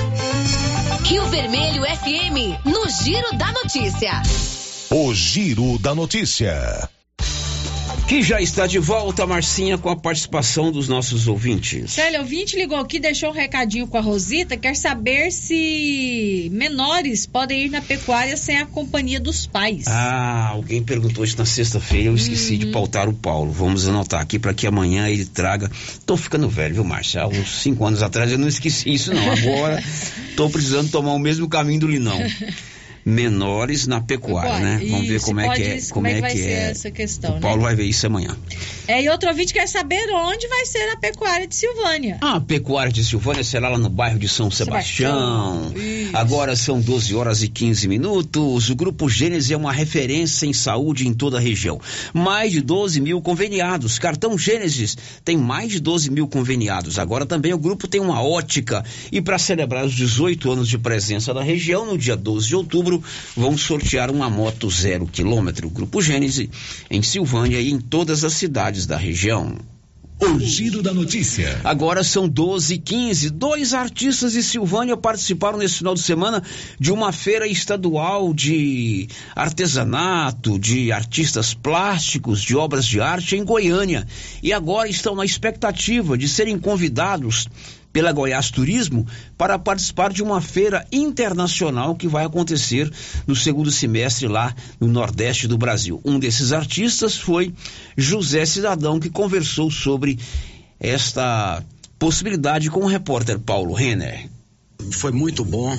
Rio Vermelho F M, no Giro da Notícia. O Giro da Notícia. Que já está de volta, Marcinha, com a participação dos nossos ouvintes. Célia, o ouvinte ligou aqui, deixou um recadinho com a Rosita, quer saber se menores podem ir na pecuária sem a companhia dos pais. Ah, alguém perguntou isso na sexta-feira, eu esqueci uhum. de pautar o Paulo. Vamos anotar aqui para que amanhã ele traga. Tô ficando velho, viu, Márcia? Há uns cinco anos atrás eu não esqueci isso, não. Agora tô precisando tomar o mesmo caminho do Linão. Menores na pecuária, né? Isso, vamos ver como é que é. Como, como é que vai é. ser essa questão, o Paulo né? vai ver isso amanhã. É, e outro ouvinte quer saber onde vai ser a pecuária de Silvânia. Ah, a pecuária de Silvânia será lá no bairro de São Sebastião. Sebastião. Agora são doze horas e quinze minutos. O Grupo Gênese é uma referência em saúde em toda a região. Mais de doze mil conveniados. Cartão Gênesis tem mais de doze mil conveniados. Agora também o grupo tem uma ótica. E para celebrar os dezoito anos de presença da região, no dia doze de outubro, vão sortear uma moto zero quilômetro. Grupo Gênese em Silvânia e em todas as cidades da região. O Giro da Notícia. Agora são doze e quinze. Dois artistas de Silvânia participaram nesse final de semana de uma feira estadual de artesanato, de artistas plásticos, de obras de arte em Goiânia. E agora estão na expectativa de serem convidados pela Goiás Turismo para participar de uma feira internacional que vai acontecer no segundo semestre lá no Nordeste do Brasil. Um desses artistas foi José Cidadão, que conversou sobre esta possibilidade com o repórter Paulo Renner. Foi muito bom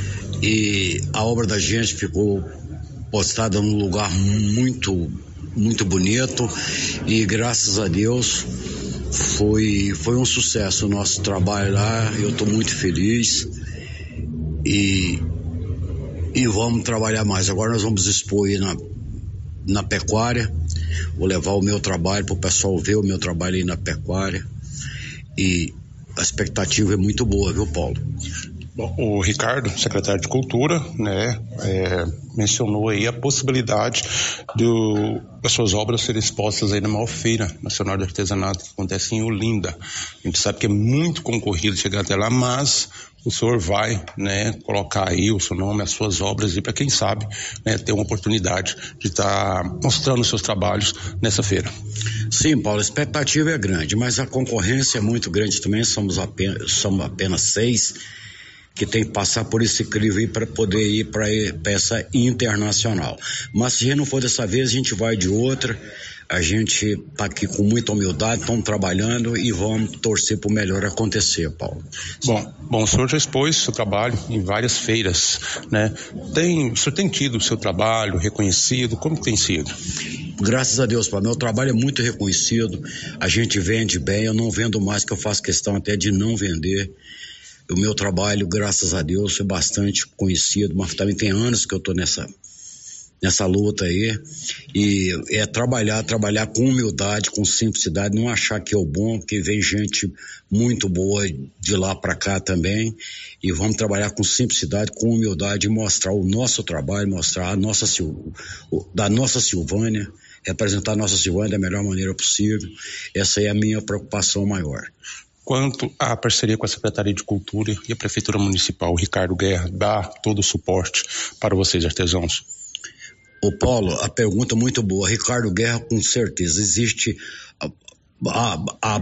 e a obra da gente ficou postada num lugar muito, muito bonito e graças a Deus Foi, foi um sucesso o nosso trabalho lá, eu estou muito feliz e, e vamos trabalhar mais. Agora nós vamos expor aí na, na pecuária, vou levar o meu trabalho para o pessoal ver o meu trabalho aí na pecuária e a expectativa é muito boa, viu, Paulo? Bom, o Ricardo, secretário de Cultura, né, é, mencionou aí a possibilidade do, das suas obras serem expostas aí na maior feira nacional de artesanato que acontece em Olinda. A gente sabe que é muito concorrido chegar até lá, mas o senhor vai, né, colocar aí o seu nome, as suas obras e para quem sabe, né, ter uma oportunidade de estar tá mostrando os seus trabalhos nessa feira. Sim, Paulo, a expectativa é grande, mas a concorrência é muito grande também, somos apenas, somos apenas seis que tem que passar por esse crivo aí para poder ir para peça internacional. Mas se não for dessa vez, a gente vai de outra. A gente tá aqui com muita humildade, estamos trabalhando e vamos torcer para o melhor acontecer, Paulo. Bom, bom, o senhor já expôs seu trabalho em várias feiras, né? Tem, o senhor tem tido o seu trabalho reconhecido? Como que tem sido? Graças a Deus, Paulo, meu trabalho é muito reconhecido, a gente vende bem, eu não vendo mais, que eu faço questão até de não vender. O meu trabalho, graças a Deus, é bastante conhecido, mas também tem anos que eu estou nessa, nessa luta aí. E é trabalhar, trabalhar com humildade, com simplicidade, não achar que é o bom, porque vem gente muito boa de lá para cá também. E vamos trabalhar com simplicidade, com humildade e mostrar o nosso trabalho, mostrar a nossa, da nossa Silvânia, representar a nossa Silvânia da melhor maneira possível. Essa é a minha preocupação maior. Quanto à parceria com a Secretaria de Cultura e a Prefeitura Municipal, o Ricardo Guerra dá todo o suporte para vocês, artesãos? Ô Paulo, a pergunta é muito boa. Ricardo Guerra, com certeza, existe a, a, a,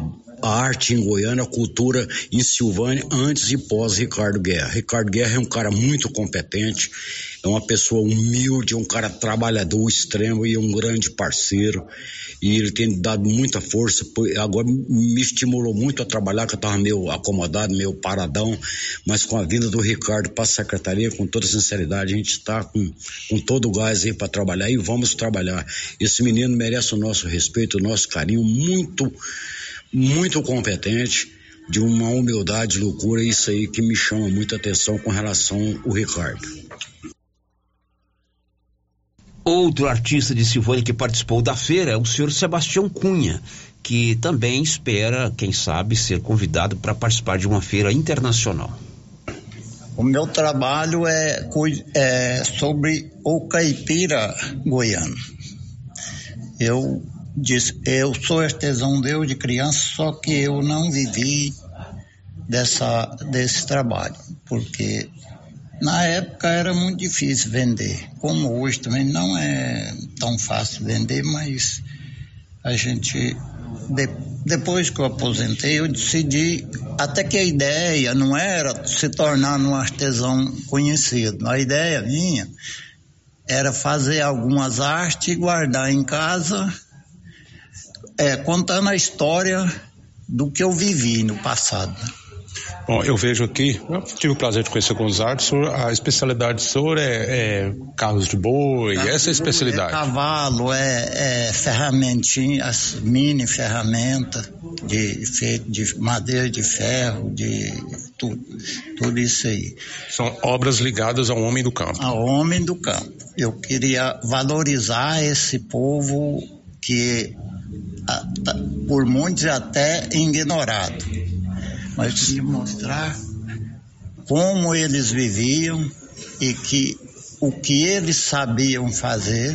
a arte em Goiânia, a cultura em Silvânia, antes e pós Ricardo Guerra. Ricardo Guerra é um cara muito competente, é uma pessoa humilde, é um cara trabalhador extremo e é um grande parceiro. E ele tem dado muita força, agora me estimulou muito a trabalhar, que eu estava meio acomodado, meio paradão, mas com a vinda do Ricardo para a secretaria, com toda sinceridade, a gente está com, com todo o gás aí para trabalhar e vamos trabalhar. Esse menino merece o nosso respeito, o nosso carinho, muito, muito competente, de uma humildade, loucura, isso aí que me chama muita atenção com relação ao Ricardo. Outro artista de Silvânia que participou da feira é o senhor Sebastião Cunha, que também espera, quem sabe, ser convidado para participar de uma feira internacional. O meu trabalho é, é sobre o caipira goiano. Eu, disse, eu sou artesão Deus de criança, só que eu não vivi dessa, desse trabalho, porque na época era muito difícil vender, como hoje também não é tão fácil vender, mas a gente, de, depois que eu aposentei, eu decidi, até que a ideia não era se tornar um artesão conhecido, a ideia minha era fazer algumas artes e guardar em casa, é, contando a história do que eu vivi no passado. Bom, eu vejo aqui, eu tive o prazer de conhecer alguns artes, a especialidade do senhor é, é carros de boi, carros essa é a especialidade. É cavalo, é, é ferramentinha, as mini ferramentas de, de madeira, de ferro, de tudo, tudo isso aí. São obras ligadas ao homem do campo. Ao homem do campo. Eu queria valorizar esse povo que por muitos é até ignorado. Mas queria mostrar como eles viviam e que o que eles sabiam fazer.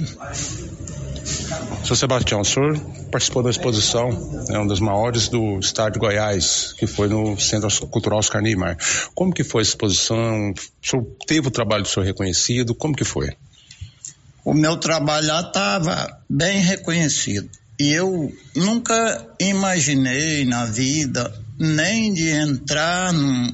Senhor Sebastião, o senhor participou da exposição, é uma das maiores do estado de Goiás, que foi no Centro Cultural Oscar Niemeyer. Como que foi a exposição? O senhor teve o trabalho do senhor reconhecido? Como que foi? O meu trabalho lá estava bem reconhecido. E eu nunca imaginei na vida nem de entrar num,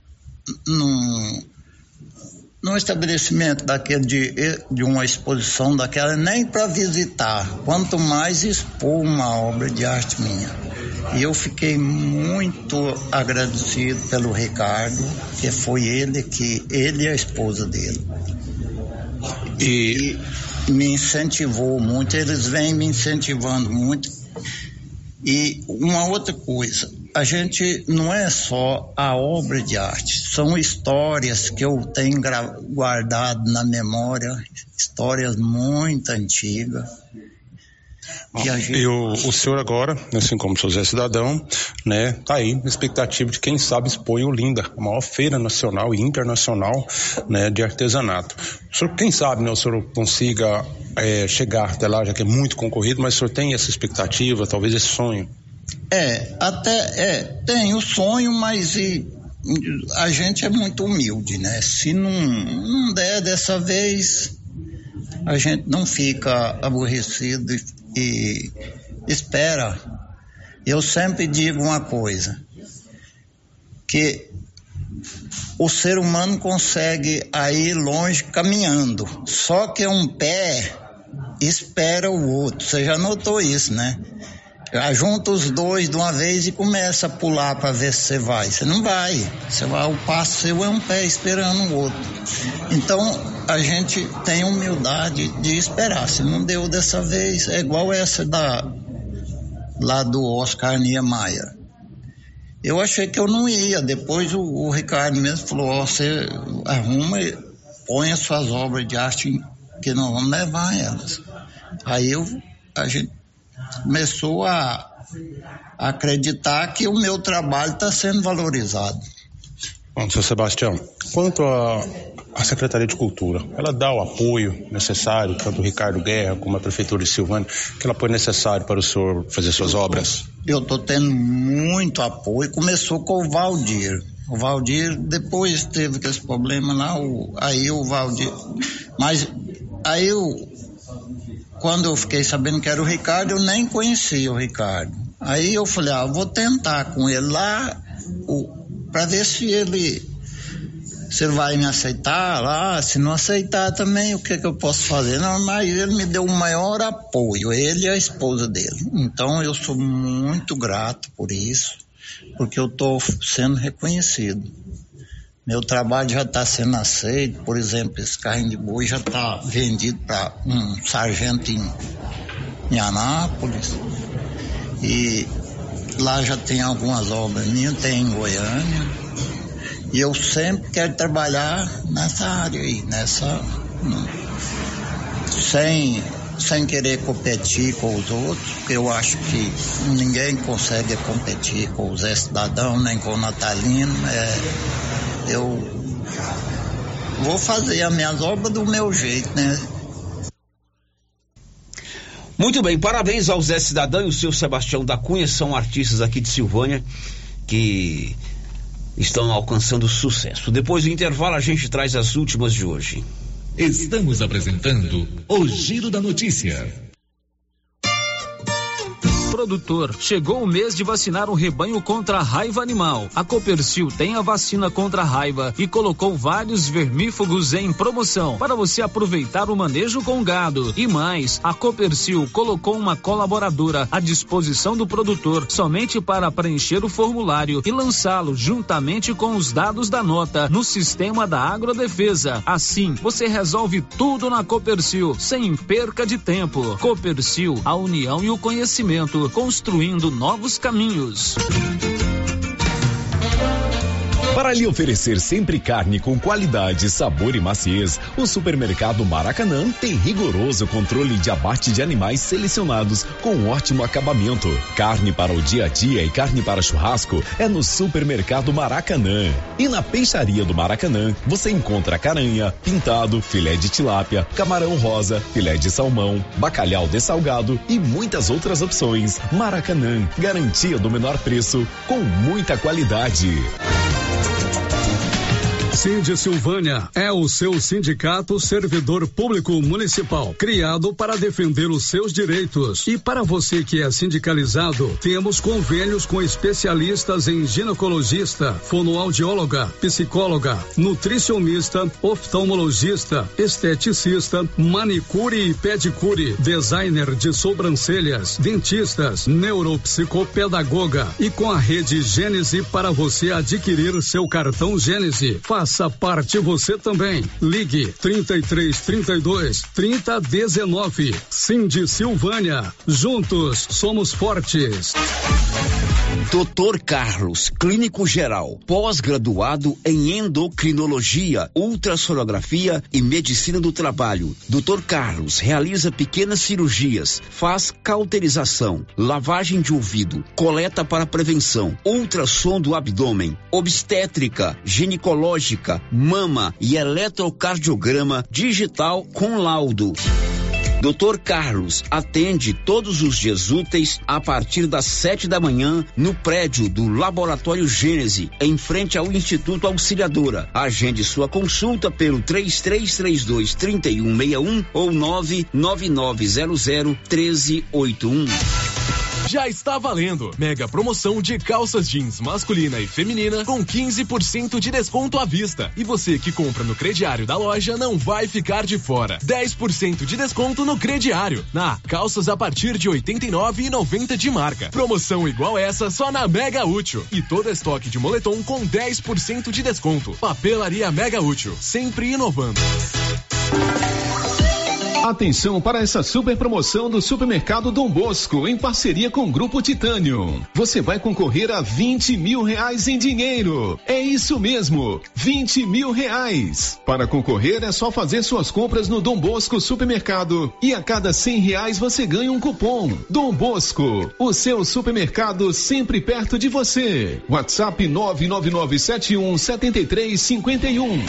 num, num estabelecimento daquele de, de uma exposição daquela, nem para visitar, quanto mais expor uma obra de arte minha. E eu fiquei muito agradecido pelo Ricardo, que foi ele que ele e a esposa dele. E, e me incentivou muito, eles vêm me incentivando muito. E uma outra coisa, a gente não é só a obra de arte, são histórias que eu tenho guardado na memória, histórias muito antigas. E, gente... e o, o senhor agora, assim como o senhor é cidadão, né, tá aí na expectativa de quem sabe expor o Olinda, a maior feira nacional e internacional, né, de artesanato. O senhor, quem sabe, né, o senhor consiga é, chegar até lá, já que é muito concorrido, mas o senhor tem essa expectativa, talvez esse sonho? É, até, é, tem o sonho, mas e, a gente é muito humilde, né? Se não, não der dessa vez, a gente não fica aborrecido e, e espera. Eu sempre digo uma coisa, que o ser humano consegue ir longe caminhando, só que um pé espera o outro. Você já notou isso, né? Junta os dois de uma vez e começa a pular para ver se você vai. Você não vai. Você vai, o passo seu é um pé esperando o outro. Então, a gente tem humildade de esperar. Se não deu dessa vez, é igual essa da, lá do Oscar Niemeyer. Eu achei que eu não ia. Depois o, o Ricardo mesmo falou, ó, você arruma e põe as suas obras de arte que nós vamos levar elas. Aí eu, a gente começou a, a acreditar que o meu trabalho está sendo valorizado. Bom, senhor Sebastião, quanto a, a Secretaria de Cultura, ela dá o apoio necessário, tanto o Ricardo Guerra como a Prefeitura de Silvânia, aquele apoio necessário para o senhor fazer suas eu obras? Tô, eu estou tendo muito apoio, começou com o Valdir. O Valdir, depois teve esse problema lá, o, aí o Valdir, mas aí o quando eu fiquei sabendo que era o Ricardo, eu nem conhecia o Ricardo. Aí eu falei, ah, vou tentar com ele lá, para ver se ele, se ele vai me aceitar lá, se não aceitar também, o que que eu posso fazer? Não, mas ele me deu o maior apoio, ele e a esposa dele. Então eu sou muito grato por isso, porque eu estou sendo reconhecido. Meu trabalho já está sendo aceito, por exemplo, esse carrinho de boi já está vendido para um sargento em, em Anápolis, e lá já tem algumas obras minhas, tem em Goiânia, e eu sempre quero trabalhar nessa área aí, nessa, sem, sem querer competir com os outros, porque eu acho que ninguém consegue competir com o Zé Cidadão, nem com o Natalino. É, eu vou fazer as minhas obras do meu jeito, né? Muito bem, parabéns ao Zé Cidadão e o seu Sebastião da Cunha, são artistas aqui de Silvânia que estão alcançando sucesso. Depois do intervalo a gente traz as últimas de hoje. Estamos apresentando o Giro da Notícia. Produtor, chegou o mês de vacinar o rebanho contra a raiva animal. A Copercil tem a vacina contra a raiva e colocou vários vermífugos em promoção para você aproveitar o manejo com gado. E mais, a Copercil colocou uma colaboradora à disposição do produtor somente para preencher o formulário e lançá-lo juntamente com os dados da nota no sistema da Agrodefesa. Assim, você resolve tudo na Copercil sem perca de tempo. Copercil, a união e o conhecimento, construindo novos caminhos. Para lhe oferecer sempre carne com qualidade, sabor e maciez, o Supermercado Maracanã tem rigoroso controle de abate de animais selecionados com ótimo acabamento. Carne para o dia a dia e carne para churrasco é no Supermercado Maracanã. E na Peixaria do Maracanã, você encontra caranha, pintado, filé de tilápia, camarão rosa, filé de salmão, bacalhau dessalgado e muitas outras opções. Maracanã, garantia do menor preço com muita qualidade. Sindi Silvânia é o seu sindicato servidor público municipal, criado para defender os seus direitos. E para você que é sindicalizado, temos convênios com especialistas em ginecologista, fonoaudióloga, psicóloga, nutricionista, oftalmologista, esteticista, manicure e pedicure, designer de sobrancelhas, dentistas, neuropsicopedagoga e com a rede Gênese para você adquirir seu cartão Gênese. Faça parte você também. Ligue trinta e três, trinta e dois, trinta, dezenove. Sindi Silvânia. Juntos somos fortes. doutor Carlos, clínico geral, pós-graduado em endocrinologia, ultrassonografia e medicina do trabalho. doutor Carlos realiza pequenas cirurgias, faz cauterização, lavagem de ouvido, coleta para prevenção, ultrassom do abdômen, obstétrica, ginecológica, mama e eletrocardiograma digital com laudo. doutor Carlos atende todos os dias úteis a partir das sete da manhã no prédio do Laboratório Gênese, em frente ao Instituto Auxiliadora. Agende sua consulta pelo três três três dois, três um seis um ou nove nove nove zero zero, um três oito um. Já está valendo. Mega promoção de calças jeans masculina e feminina com quinze por cento de desconto à vista. E você que compra no crediário da loja não vai ficar de fora. dez por cento de desconto no crediário. Na calças a partir de oitenta e nove reais e noventa centavos de marca. Promoção igual essa só na Mega Útil. E todo estoque de moletom com dez por cento de desconto. Papelaria Mega Útil, sempre inovando. Atenção para essa super promoção do Supermercado Dom Bosco, em parceria com o Grupo Titânio. Você vai concorrer a vinte mil reais em dinheiro. É isso mesmo, vinte mil reais. Para concorrer é só fazer suas compras no Dom Bosco Supermercado e a cada cem reais você ganha um cupom. Dom Bosco, o seu supermercado sempre perto de você. WhatsApp nove nove nove sete um sete três cinco um.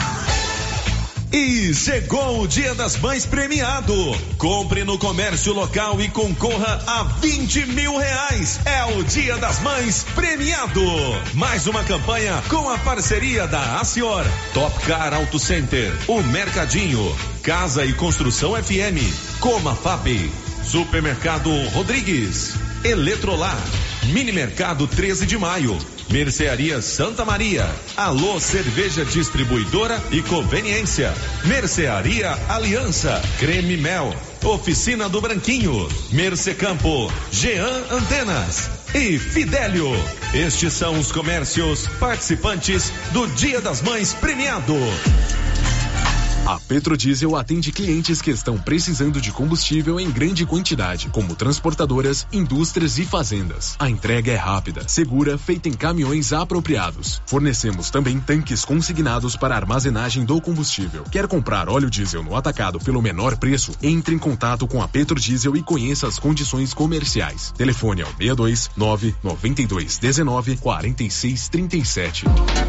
E chegou o Dia das Mães premiado. Compre no comércio local e concorra a vinte mil reais. É o Dia das Mães premiado. Mais uma campanha com a parceria da Acior, Top Car Auto Center, o Mercadinho, Casa e Construção F M, Coma F A P, Supermercado Rodrigues, Eletrolar, Mini Mercado treze de maio, Mercearia Santa Maria, Alô Cerveja Distribuidora e Conveniência, Mercearia Aliança, Creme Mel, Oficina do Branquinho, Mercecampo, Jean Antenas e Fidélio. Estes são os comércios participantes do Dia das Mães premiado. A Petrodiesel atende clientes que estão precisando de combustível em grande quantidade, como transportadoras, indústrias e fazendas. A entrega é rápida, segura, feita em caminhões apropriados. Fornecemos também tanques consignados para armazenagem do combustível. Quer comprar óleo diesel no atacado pelo menor preço? Entre em contato com a Petrodiesel e conheça as condições comerciais. Telefone ao seis dois nove nove dois um nove quatro seis três sete.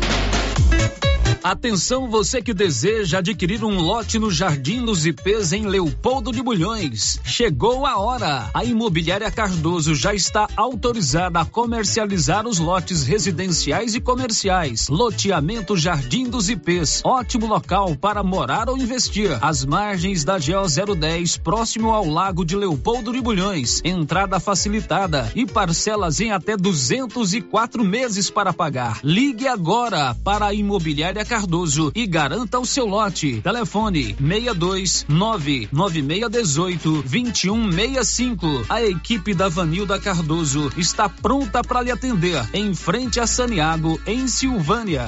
Atenção, você que deseja adquirir um lote no Jardim dos Ipês em Leopoldo de Bulhões. Chegou a hora. A Imobiliária Cardoso já está autorizada a comercializar os lotes residenciais e comerciais. Loteamento Jardim dos Ipês. Ótimo local para morar ou investir. Às margens da G O zero dez, próximo ao Lago de Leopoldo de Bulhões. Entrada facilitada e parcelas em até duzentos e quatro meses para pagar. Ligue agora para a Imobiliária Cardoso e garanta o seu lote. Telefone seis dois nove nove seis um oito dois um seis cinco. A equipe da Vanilda Cardoso está pronta para lhe atender em frente a Saniago, em Silvânia.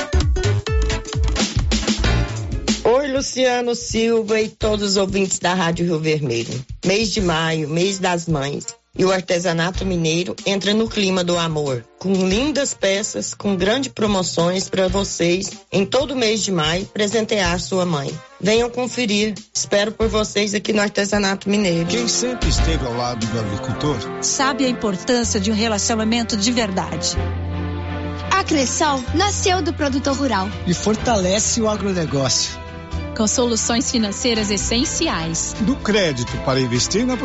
Oi, Luciano Silva e todos os ouvintes da Rádio Rio Vermelho. Mês de maio, mês das mães. E o artesanato mineiro entra no clima do amor, com lindas peças, com grandes promoções para vocês em todo mês de maio presentear sua mãe. Venham conferir, espero por vocês aqui no Artesanato Mineiro. Quem sempre esteve ao lado do agricultor sabe a importância de um relacionamento de verdade. A Cressol nasceu do produtor rural e fortalece o agronegócio com soluções financeiras essenciais, do crédito para investir na